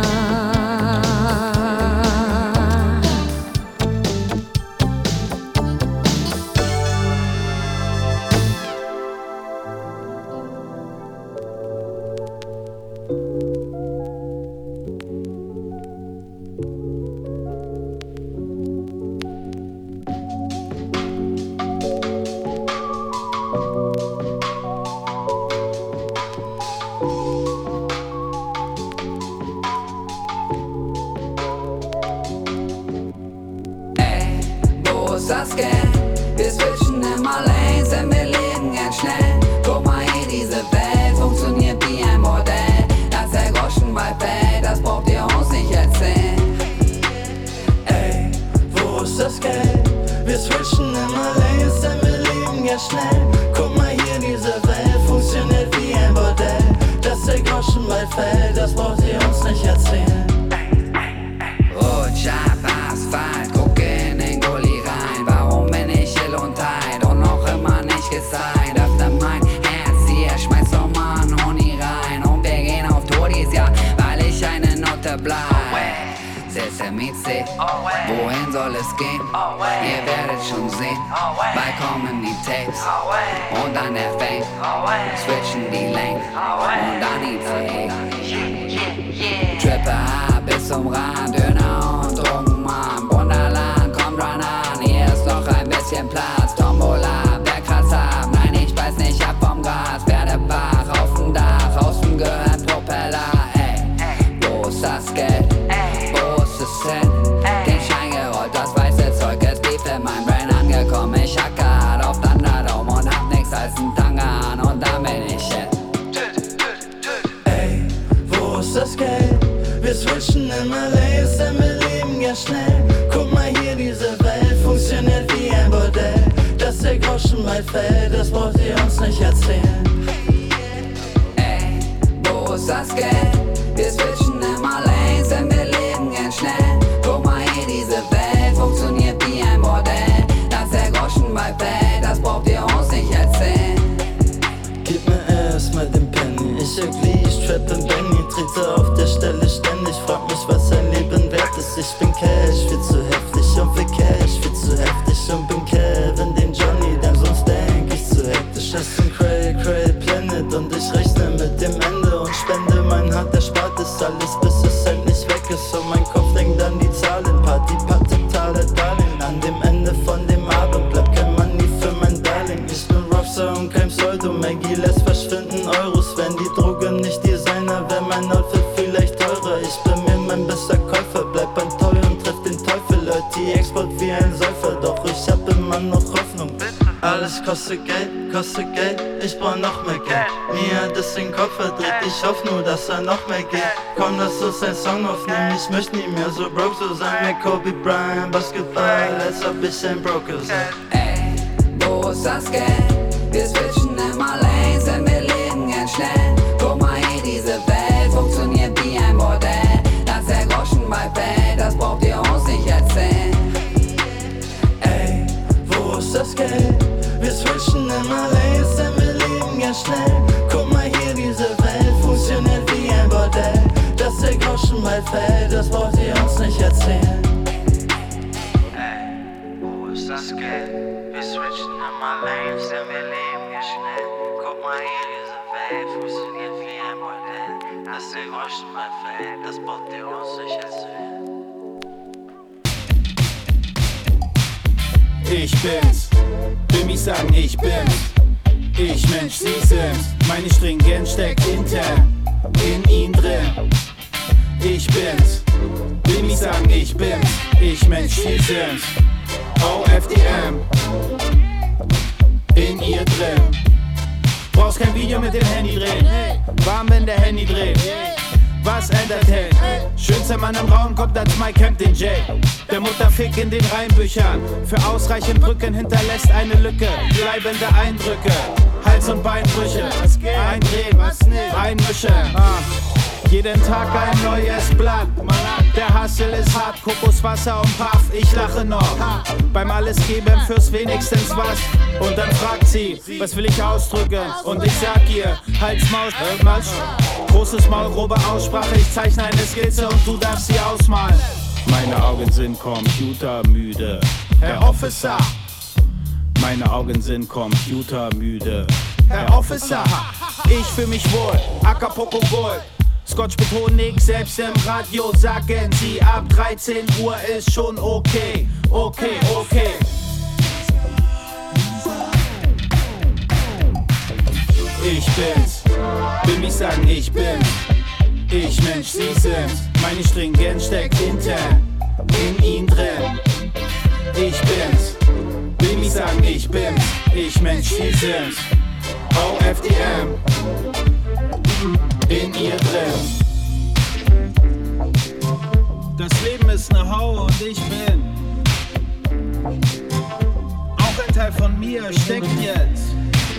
Wir switchen immer Lanes, denn wir leben ganz schnell. Guck mal hier, diese Welt funktioniert wie ein Modell. Dass der Groschen bald fällt, das braucht ihr uns nicht erzählen. Ey, wo ist das Geld? Wir switchen immer Lanes, denn wir leben ganz schnell. Guck mal hier, diese Welt funktioniert wie ein Bordell. Dass der Groschen bald fällt, das braucht ihr uns nicht erzählen. Rutsch ab, Asphalt, guck in den Gully rein. Warum bin ich ill und heit und noch immer nicht gesight? Öffne mein Herz hier, schmeiß doch mal einen Honig rein. Und wir gehen auf Todis, ja, weil ich eine Note bleib. Sesamice, wohin soll es gehen? Ihr werdet schon sehen, bald kommen die Tapes und dann der Fame. Switchen die Lane und dann die C. Trippe ab bis zum Rand, Döner und Drogenmann. Wunderland, kommt ran an, hier ist noch ein bisschen Platz. Tombola, wer Kratz ab, nein, ich weiß nicht ab vom Gas. Werde wach auf dem Dach, außen gehört Propeller. Ey, wo ist das Geld? Wo ist es hin? Den Schein gerollt, das weiße Zeug ist tief in mein Brain angekommen. Ich hacke hart auf Thunderdome und hab nix als ein Tanga an und da bin ich hin. Ey, wo ist das Geld? Wir switchen immer Lanes, denn wir leben ja schnell. Guck mal hier, diese Welt funktioniert wie ein Bordell. Dass der Groschen bald fällt, das braucht ihr uns nicht erzählen. Ey, wo ist das Geld? Wir switchen immer Lanes, denn wir leben gern schnell. Guck mal hier, diese Welt funktioniert wie ein Bordell. Das der Groschen bei Bell, das braucht ihr uns nicht erzählen. Gib mir erstmal den Penny, ich erkläre, ich trappe Benny. Trete auf der Stelle ständig, frag mich, was ein Leben wert ist. Ich bin Cash, viel zu heftig und für Cash, viel zu heftig. Und bin Kevin, den Johnny, denn sonst denk ich zu hektisch. Es ist ein Cray, Cray Planet und ich rechne mit dem Ende und spende mein hart erspartes alles, bis es endlich weg ist. Und mein Kopf denkt an die Zahlen, Party, Party, Taler, Darling. An dem Ende von dem Abend bleibt kein Money für mein Darling. Ich bin Rockstar und kein Pseudo, Maggie lässt verschwinden Euros. Wenn die Droge nicht Designer, wär mein Outfit vielleicht teurer. Ich bin mir mein bester Käufer, bleib beim Teuer und treff den Teufel. Leute, Export wie ein Säufer, doch ich hab immer noch Hoffnung. Alles kostet Geld, kostet Geld, ich brauch noch mehr Geld. Mir hat es den Kopf verdreht, ich hoff nur, dass er noch mehr geht. Komm, lass uns einen Song aufnehmen, ich möchte nie mehr so broke so sein. Wie Kobe Bryant, Basketball, als ob ich ein Broker sei. Ey, wo ist das Geld? Wir switchen immer Lanes, denn wir leben gern schnell. Guck mal hier, diese Welt funktioniert wie ein Bordell. Das der Groschen bei Bell, das braucht ihr uns nicht erzählen. Ey, wo ist das Geld? Wir switchen immer Lanes, denn wir leben ja schnell. Guck mal hier, diese Welt funktioniert wie ein Bordell. Dass der Groschen bald fällt, das braucht ihr uns nicht erzählen. Ey, wo ist das Geld? Wir switchen immer Lanes, denn wir leben ja schnell. Guck mal hier, diese Welt funktioniert wie ein Bordell. Dass der Groschen bald fällt, das braucht ihr uns nicht erzählen. Ich bin's, Bimmis sagen ich bin's. Ich Mensch, sie sind's. Meine Stringenz steckt intern in ihn drin. Ich bin's, Bimmis sagen ich bin's. Ich Mensch, sie sind's. O F D M in ihr drin. Brauchst kein Video mit dem Handy drehen. Warm, wenn der Handy dreht. Was entertaint? Schönster Mann im Raum kommt als Mike Camp den Jay. Der Mutterfick in den Reimbüchern. Für ausreichend Brücken hinterlässt eine Lücke. Bleibende Eindrücke. Hals- und Beinbrüche. Eindrehen, einmischen. Ah. Jeden Tag ein neues Blatt. Der Hustle ist hart, Kokoswasser und Puff. Ich lache noch. Beim alles geben fürs wenigstens was. Und dann fragt sie, was will ich ausdrücken? Und ich sag ihr, Hals, Maul, äh, Matsch. Großes Maul, grobe Aussprache. Ich zeichne eine Skizze und du darfst sie ausmalen. Meine Augen sind computermüde. Herr Officer. Meine Augen sind computermüde. Herr Officer. Ich fühl mich wohl. Acapulco Gold. Scotch mit Honig, selbst im Radio sagen sie, ab dreizehn Uhr ist schon okay, okay, okay. Ich bin's, Bimmis sagen ich bin's. Ich Mensch, sie sind's. Meine Stringenz steckt intern in ihn drin. Ich bin's, Bimmis sagen ich bin's. Ich Mensch, sie sind's. O F D M in ihr drin. Das Leben ist ne Hau und ich bin auch ein Teil von mir steckt jetzt.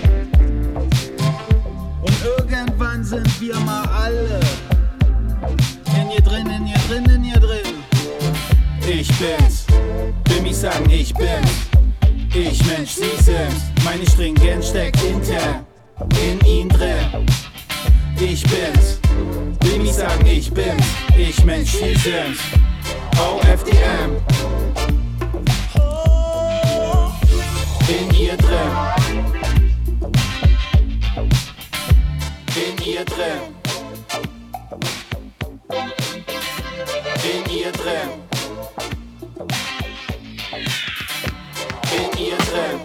Und irgendwann sind wir mal alle in ihr drin, in ihr drin, in ihr drin. Ich bin's, Bimmis sagen ich bin's. Ich Mensch, sie sind's. Meine Stringenz steckt intern in ihn drin. Ich bin's, Bimmis sagen ich bin's. Ich Mensch, sie sind's. O F D M in ihr drin. In ihr drin. In ihr drin. In ihr drin.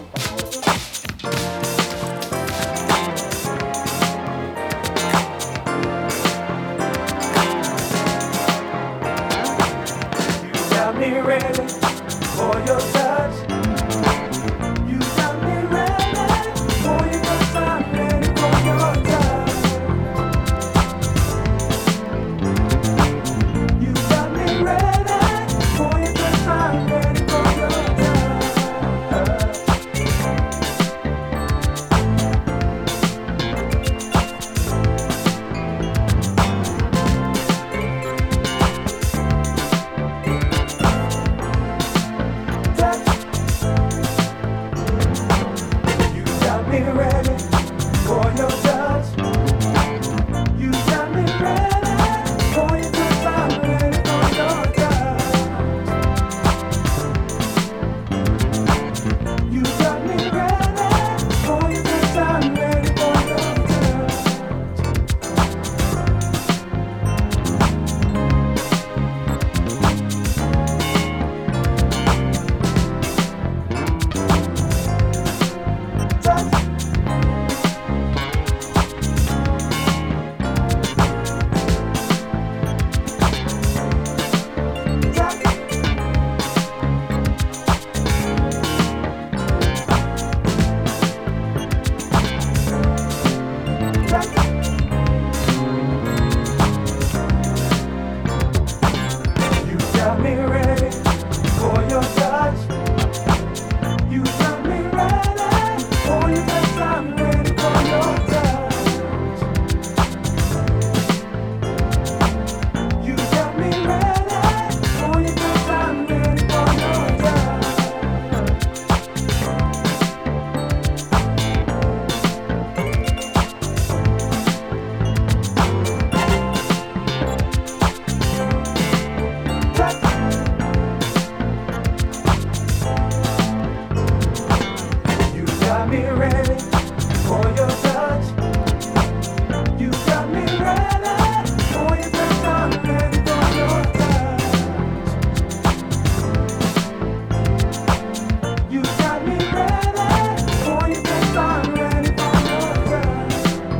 Got me ready for your touch. You got me ready. me ready for your touch. You got me ready for your touch. I'm ready for your touch. You got me ready for your touch. I'm ready for your touch. You got me ready for your touch. You got me ready for your touch. I'm ready for your touch. You got me ready for your touch. I'm ready for your touch. You got me ready for your touch. You got me ready for your touch. I'm ready for your touch. You got me ready for your touch. I'm ready for your touch.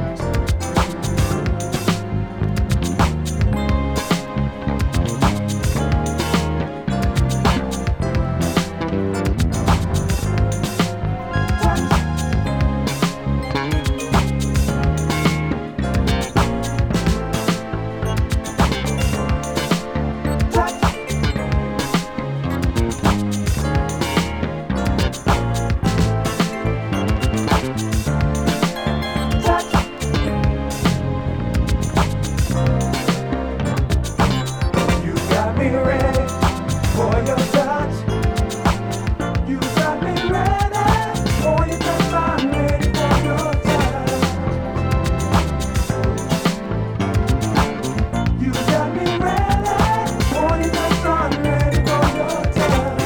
You got me ready for your touch. You got me ready for your touch. I'm ready for your touch. You got me ready for your touch. I'm ready for your touch.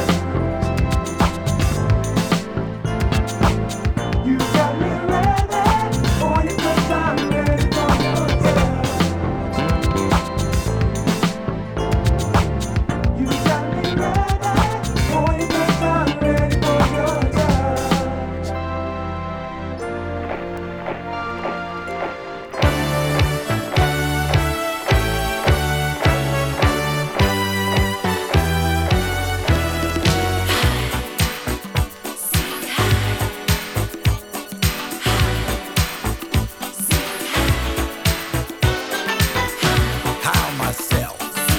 You got me ready for your touch. I'm ready for your touch. You got me ready for your touch. I'm ready for your touch. How myself.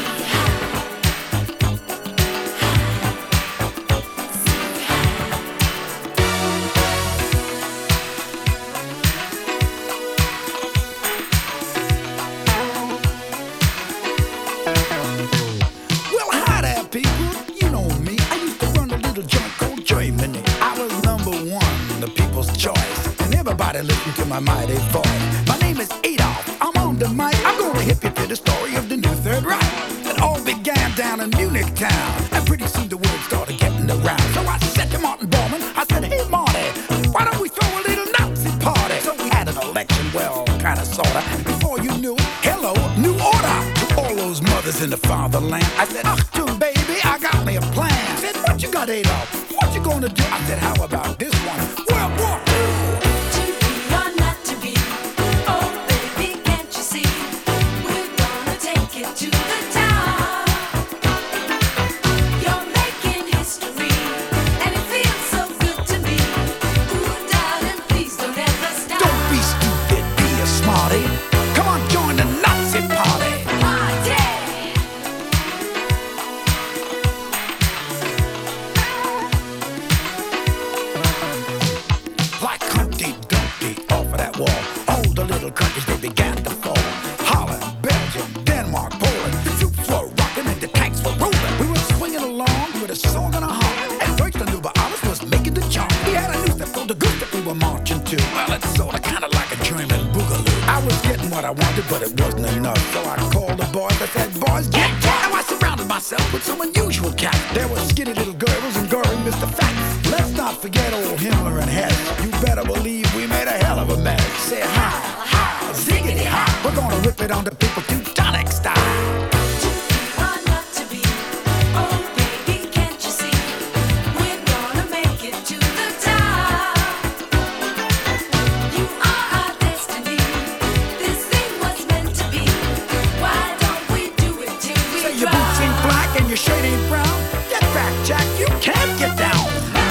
Well, hi there, people. You know me. I used to run a little joint called Germany. I was number one, the people's choice, and everybody listened to my mighty voice. My name is Adolf. I'm on the mic. I'm gonna hip you to the story of the new Third Reich. It all began down in Munich town, and pretty soon the word started getting around. So I said to Martin Bormann, I said, hey Marty, why don't we throw a little Nazi party? So we had an election, well, kinda sorta. Before you knew it, hello, new order. To all those mothers in the fatherland, I said, Achtung, baby, I got me a plan. Said, what you got, Adolf? What you gonna do? I said, how about this one? World War Two. To be or not to be, oh baby, can't you see? We're gonna take it to the top. You're making history, and it feels so good to me. Ooh, darling, please don't ever stop. Don't be stupid, be a smarty. Come on, join the Nazi party. Party! were marching to. Well, it's sorta kinda like a German boogaloo. I was getting what I wanted, but it wasn't enough. So I called the boys, I said, boys, get down. I surrounded myself with some unusual cats. There were skinny little girls and goring Mister Fat. Let's not forget old Himmler and Hess. You better believe we made a hell of a mess. Say hi, hi, ziggity hi. We're gonna rip it on the people Teutonic style. Your shirt ain't brown. Get back, Jack. You can't get down.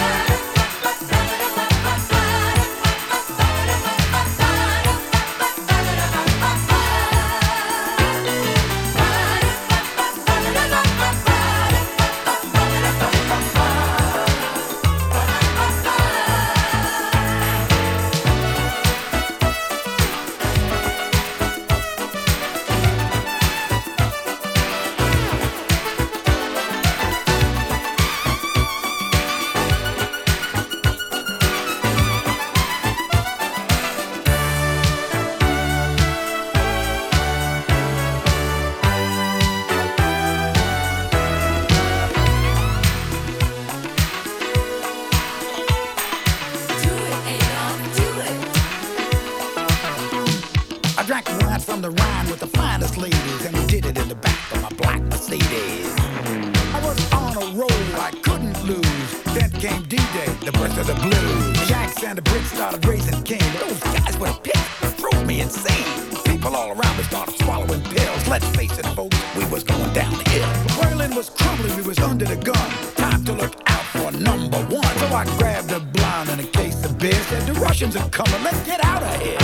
From the Rhine with the finest ladies, and we did it in the back of my black Mercedes. I was on a roll I couldn't lose. Then came D-Day, the birth of the blues. The Yanks and the Brits started raising cane. Those guys were pissed, it drove me insane. People all around me started swallowing pills. Let's face it, folks, we was going downhill. Berlin was crumbling, we was under the gun. Time to look out for number one. So I grabbed a blonde and a case of beer. Said the Russians are coming, let's get out of here.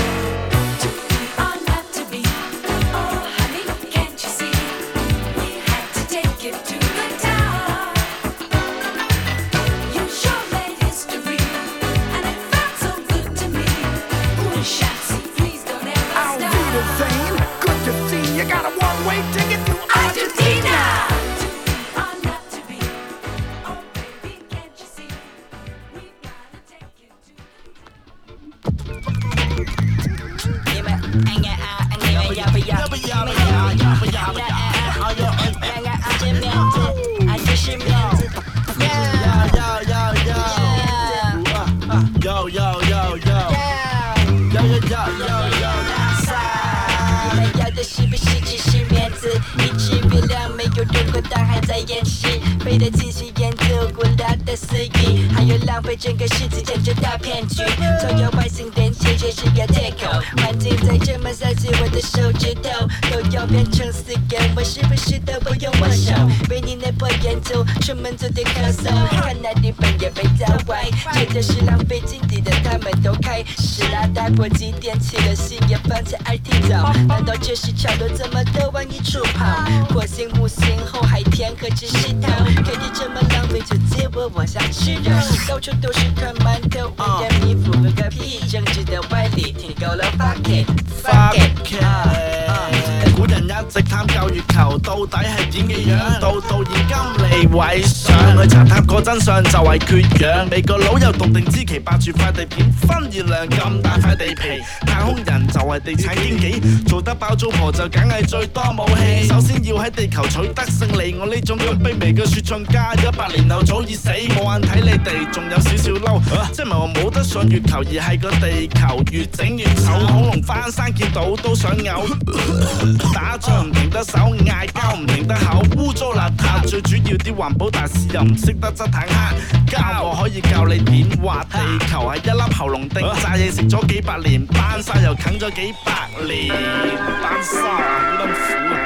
真相就係缺氧，你個腦有獨定之期，霸住塊地片分熱量咁大塊地皮，太空人就係地產經紀，做得飽租婆就梗係最多武器。首先要喺地球取得勝利，我呢種咁卑微嘅雪藏家，一百年後早已死。我眼睇你哋仲有少少嬲，即係唔係話冇得上月球，而係個地球越整越醜，恐龍翻山見到都想嘔，打仗唔停得手，嗌交唔停得口，污糟邋遢，最主要啲環保大使又唔識得執坦克，教我可以教你點畫地球係一粒喉嚨釘，炸嘢食咗幾百年，班沙又啃咗幾百年，班沙好撚苦。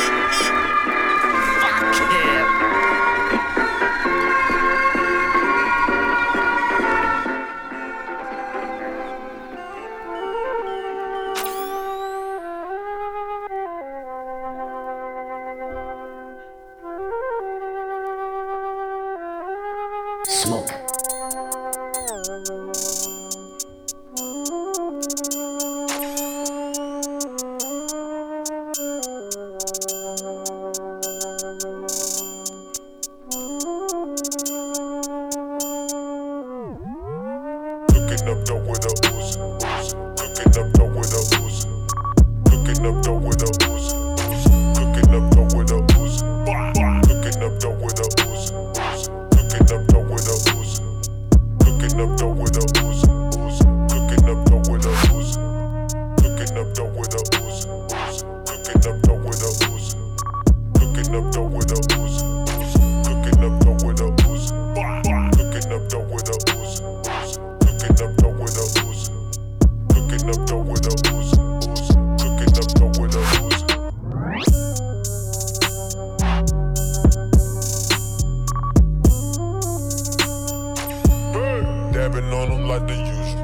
Smoke. Cooking up dope with a Uzi. Cooking up dope with a Uzi. Cooking up dope with a Uzi. Cooking up dope with a Uzi. Cooking up dope with a Uzi. Cooking up dope with a Uzi. Cooking up dope with a Uzi. Cooking up dope with a Uzi. Cooking up dope with a Uzi. Cooking up dope with a Uzi. Cooking up dope with a Uzi. Cooking up dope with a Uzi. Cooking up dope with a Uzi. Cooking up dope with a Uzi. Cooking up dope with a Uzi. Cooking up dope with a Uzi. Dabbing on them like the usual.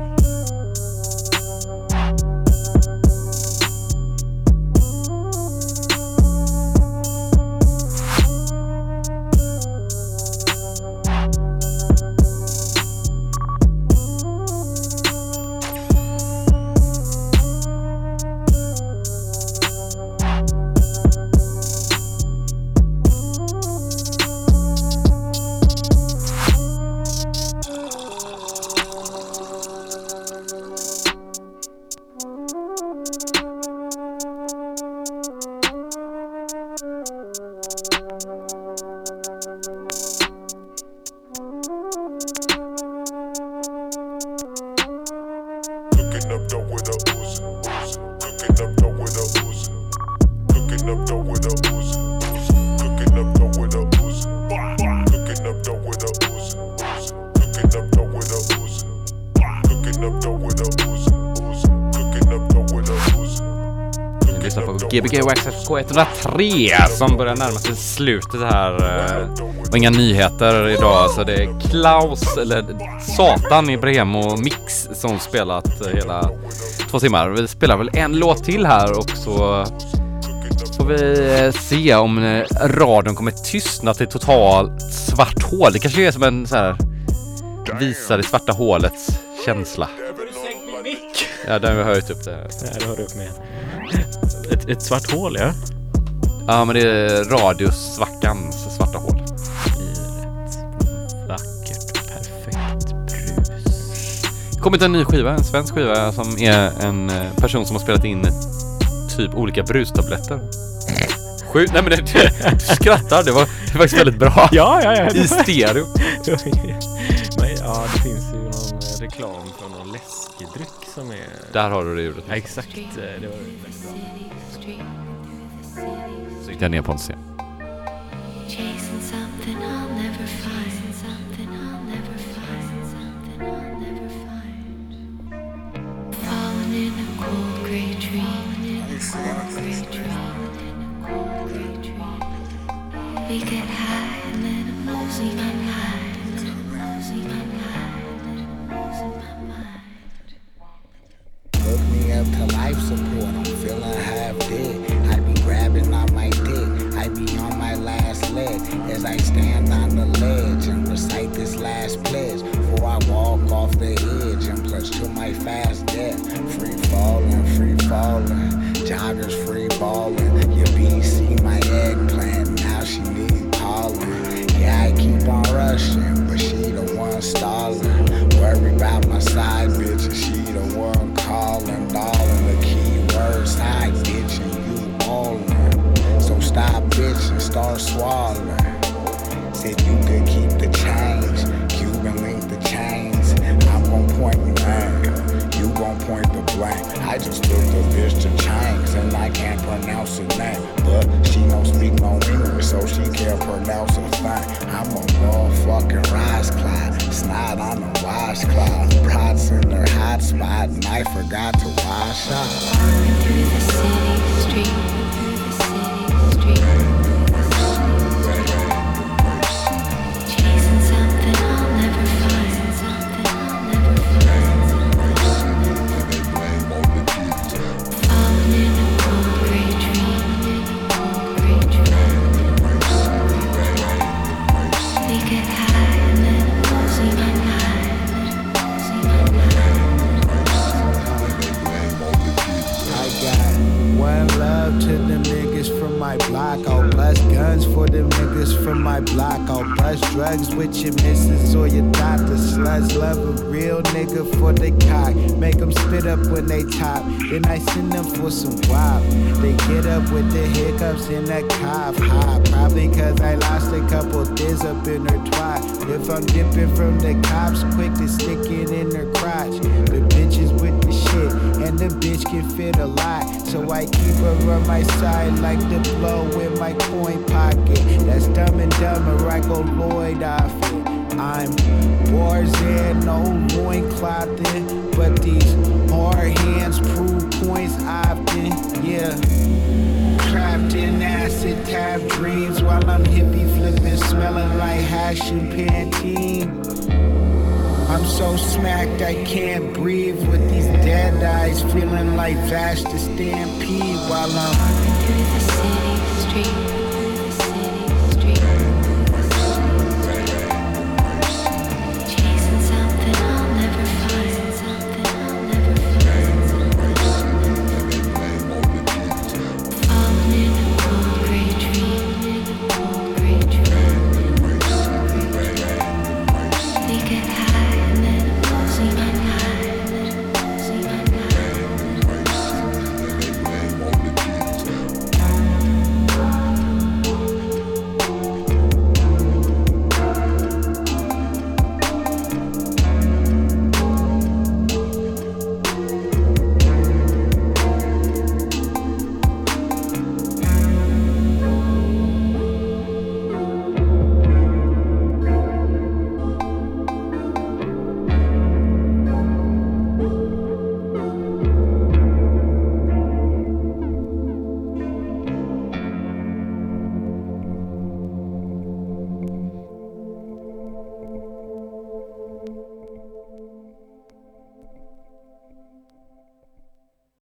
Cooking up dope with a Uzi. Cooking up dope with a Uzi. Cooking up dope with a Uzi. Cooking up dope with a Uzi. Cooking up dope with a Uzi. Cooking up dope with a Uzi. Cooking up dope with a Uzi. Cooking up dope with a Uzi. Ni lyssnar på G B G Wax F K ett noll tre som börjar närma sig slutet här. Och inga nyheter idag, så det är Klaus, eller Satan Ibrahim och Mix som spelat hela två timmar. Vi spelar väl en låt till här och så får vi se om radion kommer tystna till totalt svart hål. Det kanske är som en så här visar i svarta hålets känsla. Ja, den har vi höjt upp det. Ja, det har du upp med. Ett, ett svart hål, ja. Ja, men det är radiosvackans svarta hål. Ett vackert, perfekt brus. Det kommer en ny skiva, en svensk skiva som är en person som har spelat in typ olika brustabletter. Sjukt, nej men det, du skrattar, det var, det var faktiskt väldigt bra. Ja, ja, ja. I stereo. Men, ja, det finns ju någon reklam för någon läskedryck som är... Där har du det ljudet. Ja, exakt, det var väldigt bra. Så gick jag ner på en scen. Chasing something I'll never find, something I'll never find, something I'll never find. Falling in a cold grey dream, in a cold grey dream, in a cold grey dream. We get high and then I'm losing my mind, and I'm losing my mind, and I'm losing my mind. Hook me up to life support, I'm feeling half dead. I be grabbing on my dick, I be on my last leg as I stand on the ledge and recite this last pledge before I walk off the edge and plunge to my fast death. Free falling, free falling, joggers free balling. Your B C my eggplant, now she need pollen. Yeah, I keep on rushing, but she the one stalling. Worry about my side bitch and she the one calling, darling. The key word side bitch and you all in. So stop bitch and start swallowing. Said you could keep the change, Cuban link the chains. I'm gon' point the blank, you gon' point the blank. I just took the bitch to chains and I can't pronounce her name, but she don't speak no English, so she can't pronounce a thing. I'm a motherfucking rise cloud, snot on a washcloth, prods in her hot spot, and I forgot to wash up. Walking through the city street, through the city street. Chasing something I'll never find, something I'll never find. Falling in a cold grey dream, in a cold grey dream. We get high and then I'm losing my mind, and I'm losing my mind. I got one love to ones for them niggas from my block. I'll bust drugs with your missus or your doctor. Sluts love a real nigga for the cock. Make them spit up when they top. Then I send them for some wop. They get up with the hiccups in the cough. High. Probably cause I lost a couple things up in her twat. If I'm dipping from the cops, quick to stick it in her crotch. The bitches with the shit, and the bitch can fit a lot. So I keep her on my side like the blow in my coin pocket. That's Dumb and Dumber, I go Lloyd off it. I'm Warzan, no loinclothing, but these hard hands prove points often, yeah. Trapped in acid tap dreams while I'm hippie flipping, smelling like hash and Pantene. I'm so smacked I can't breathe with these dead eyes, feeling like Vashta Stampede while I'm walking through the city street.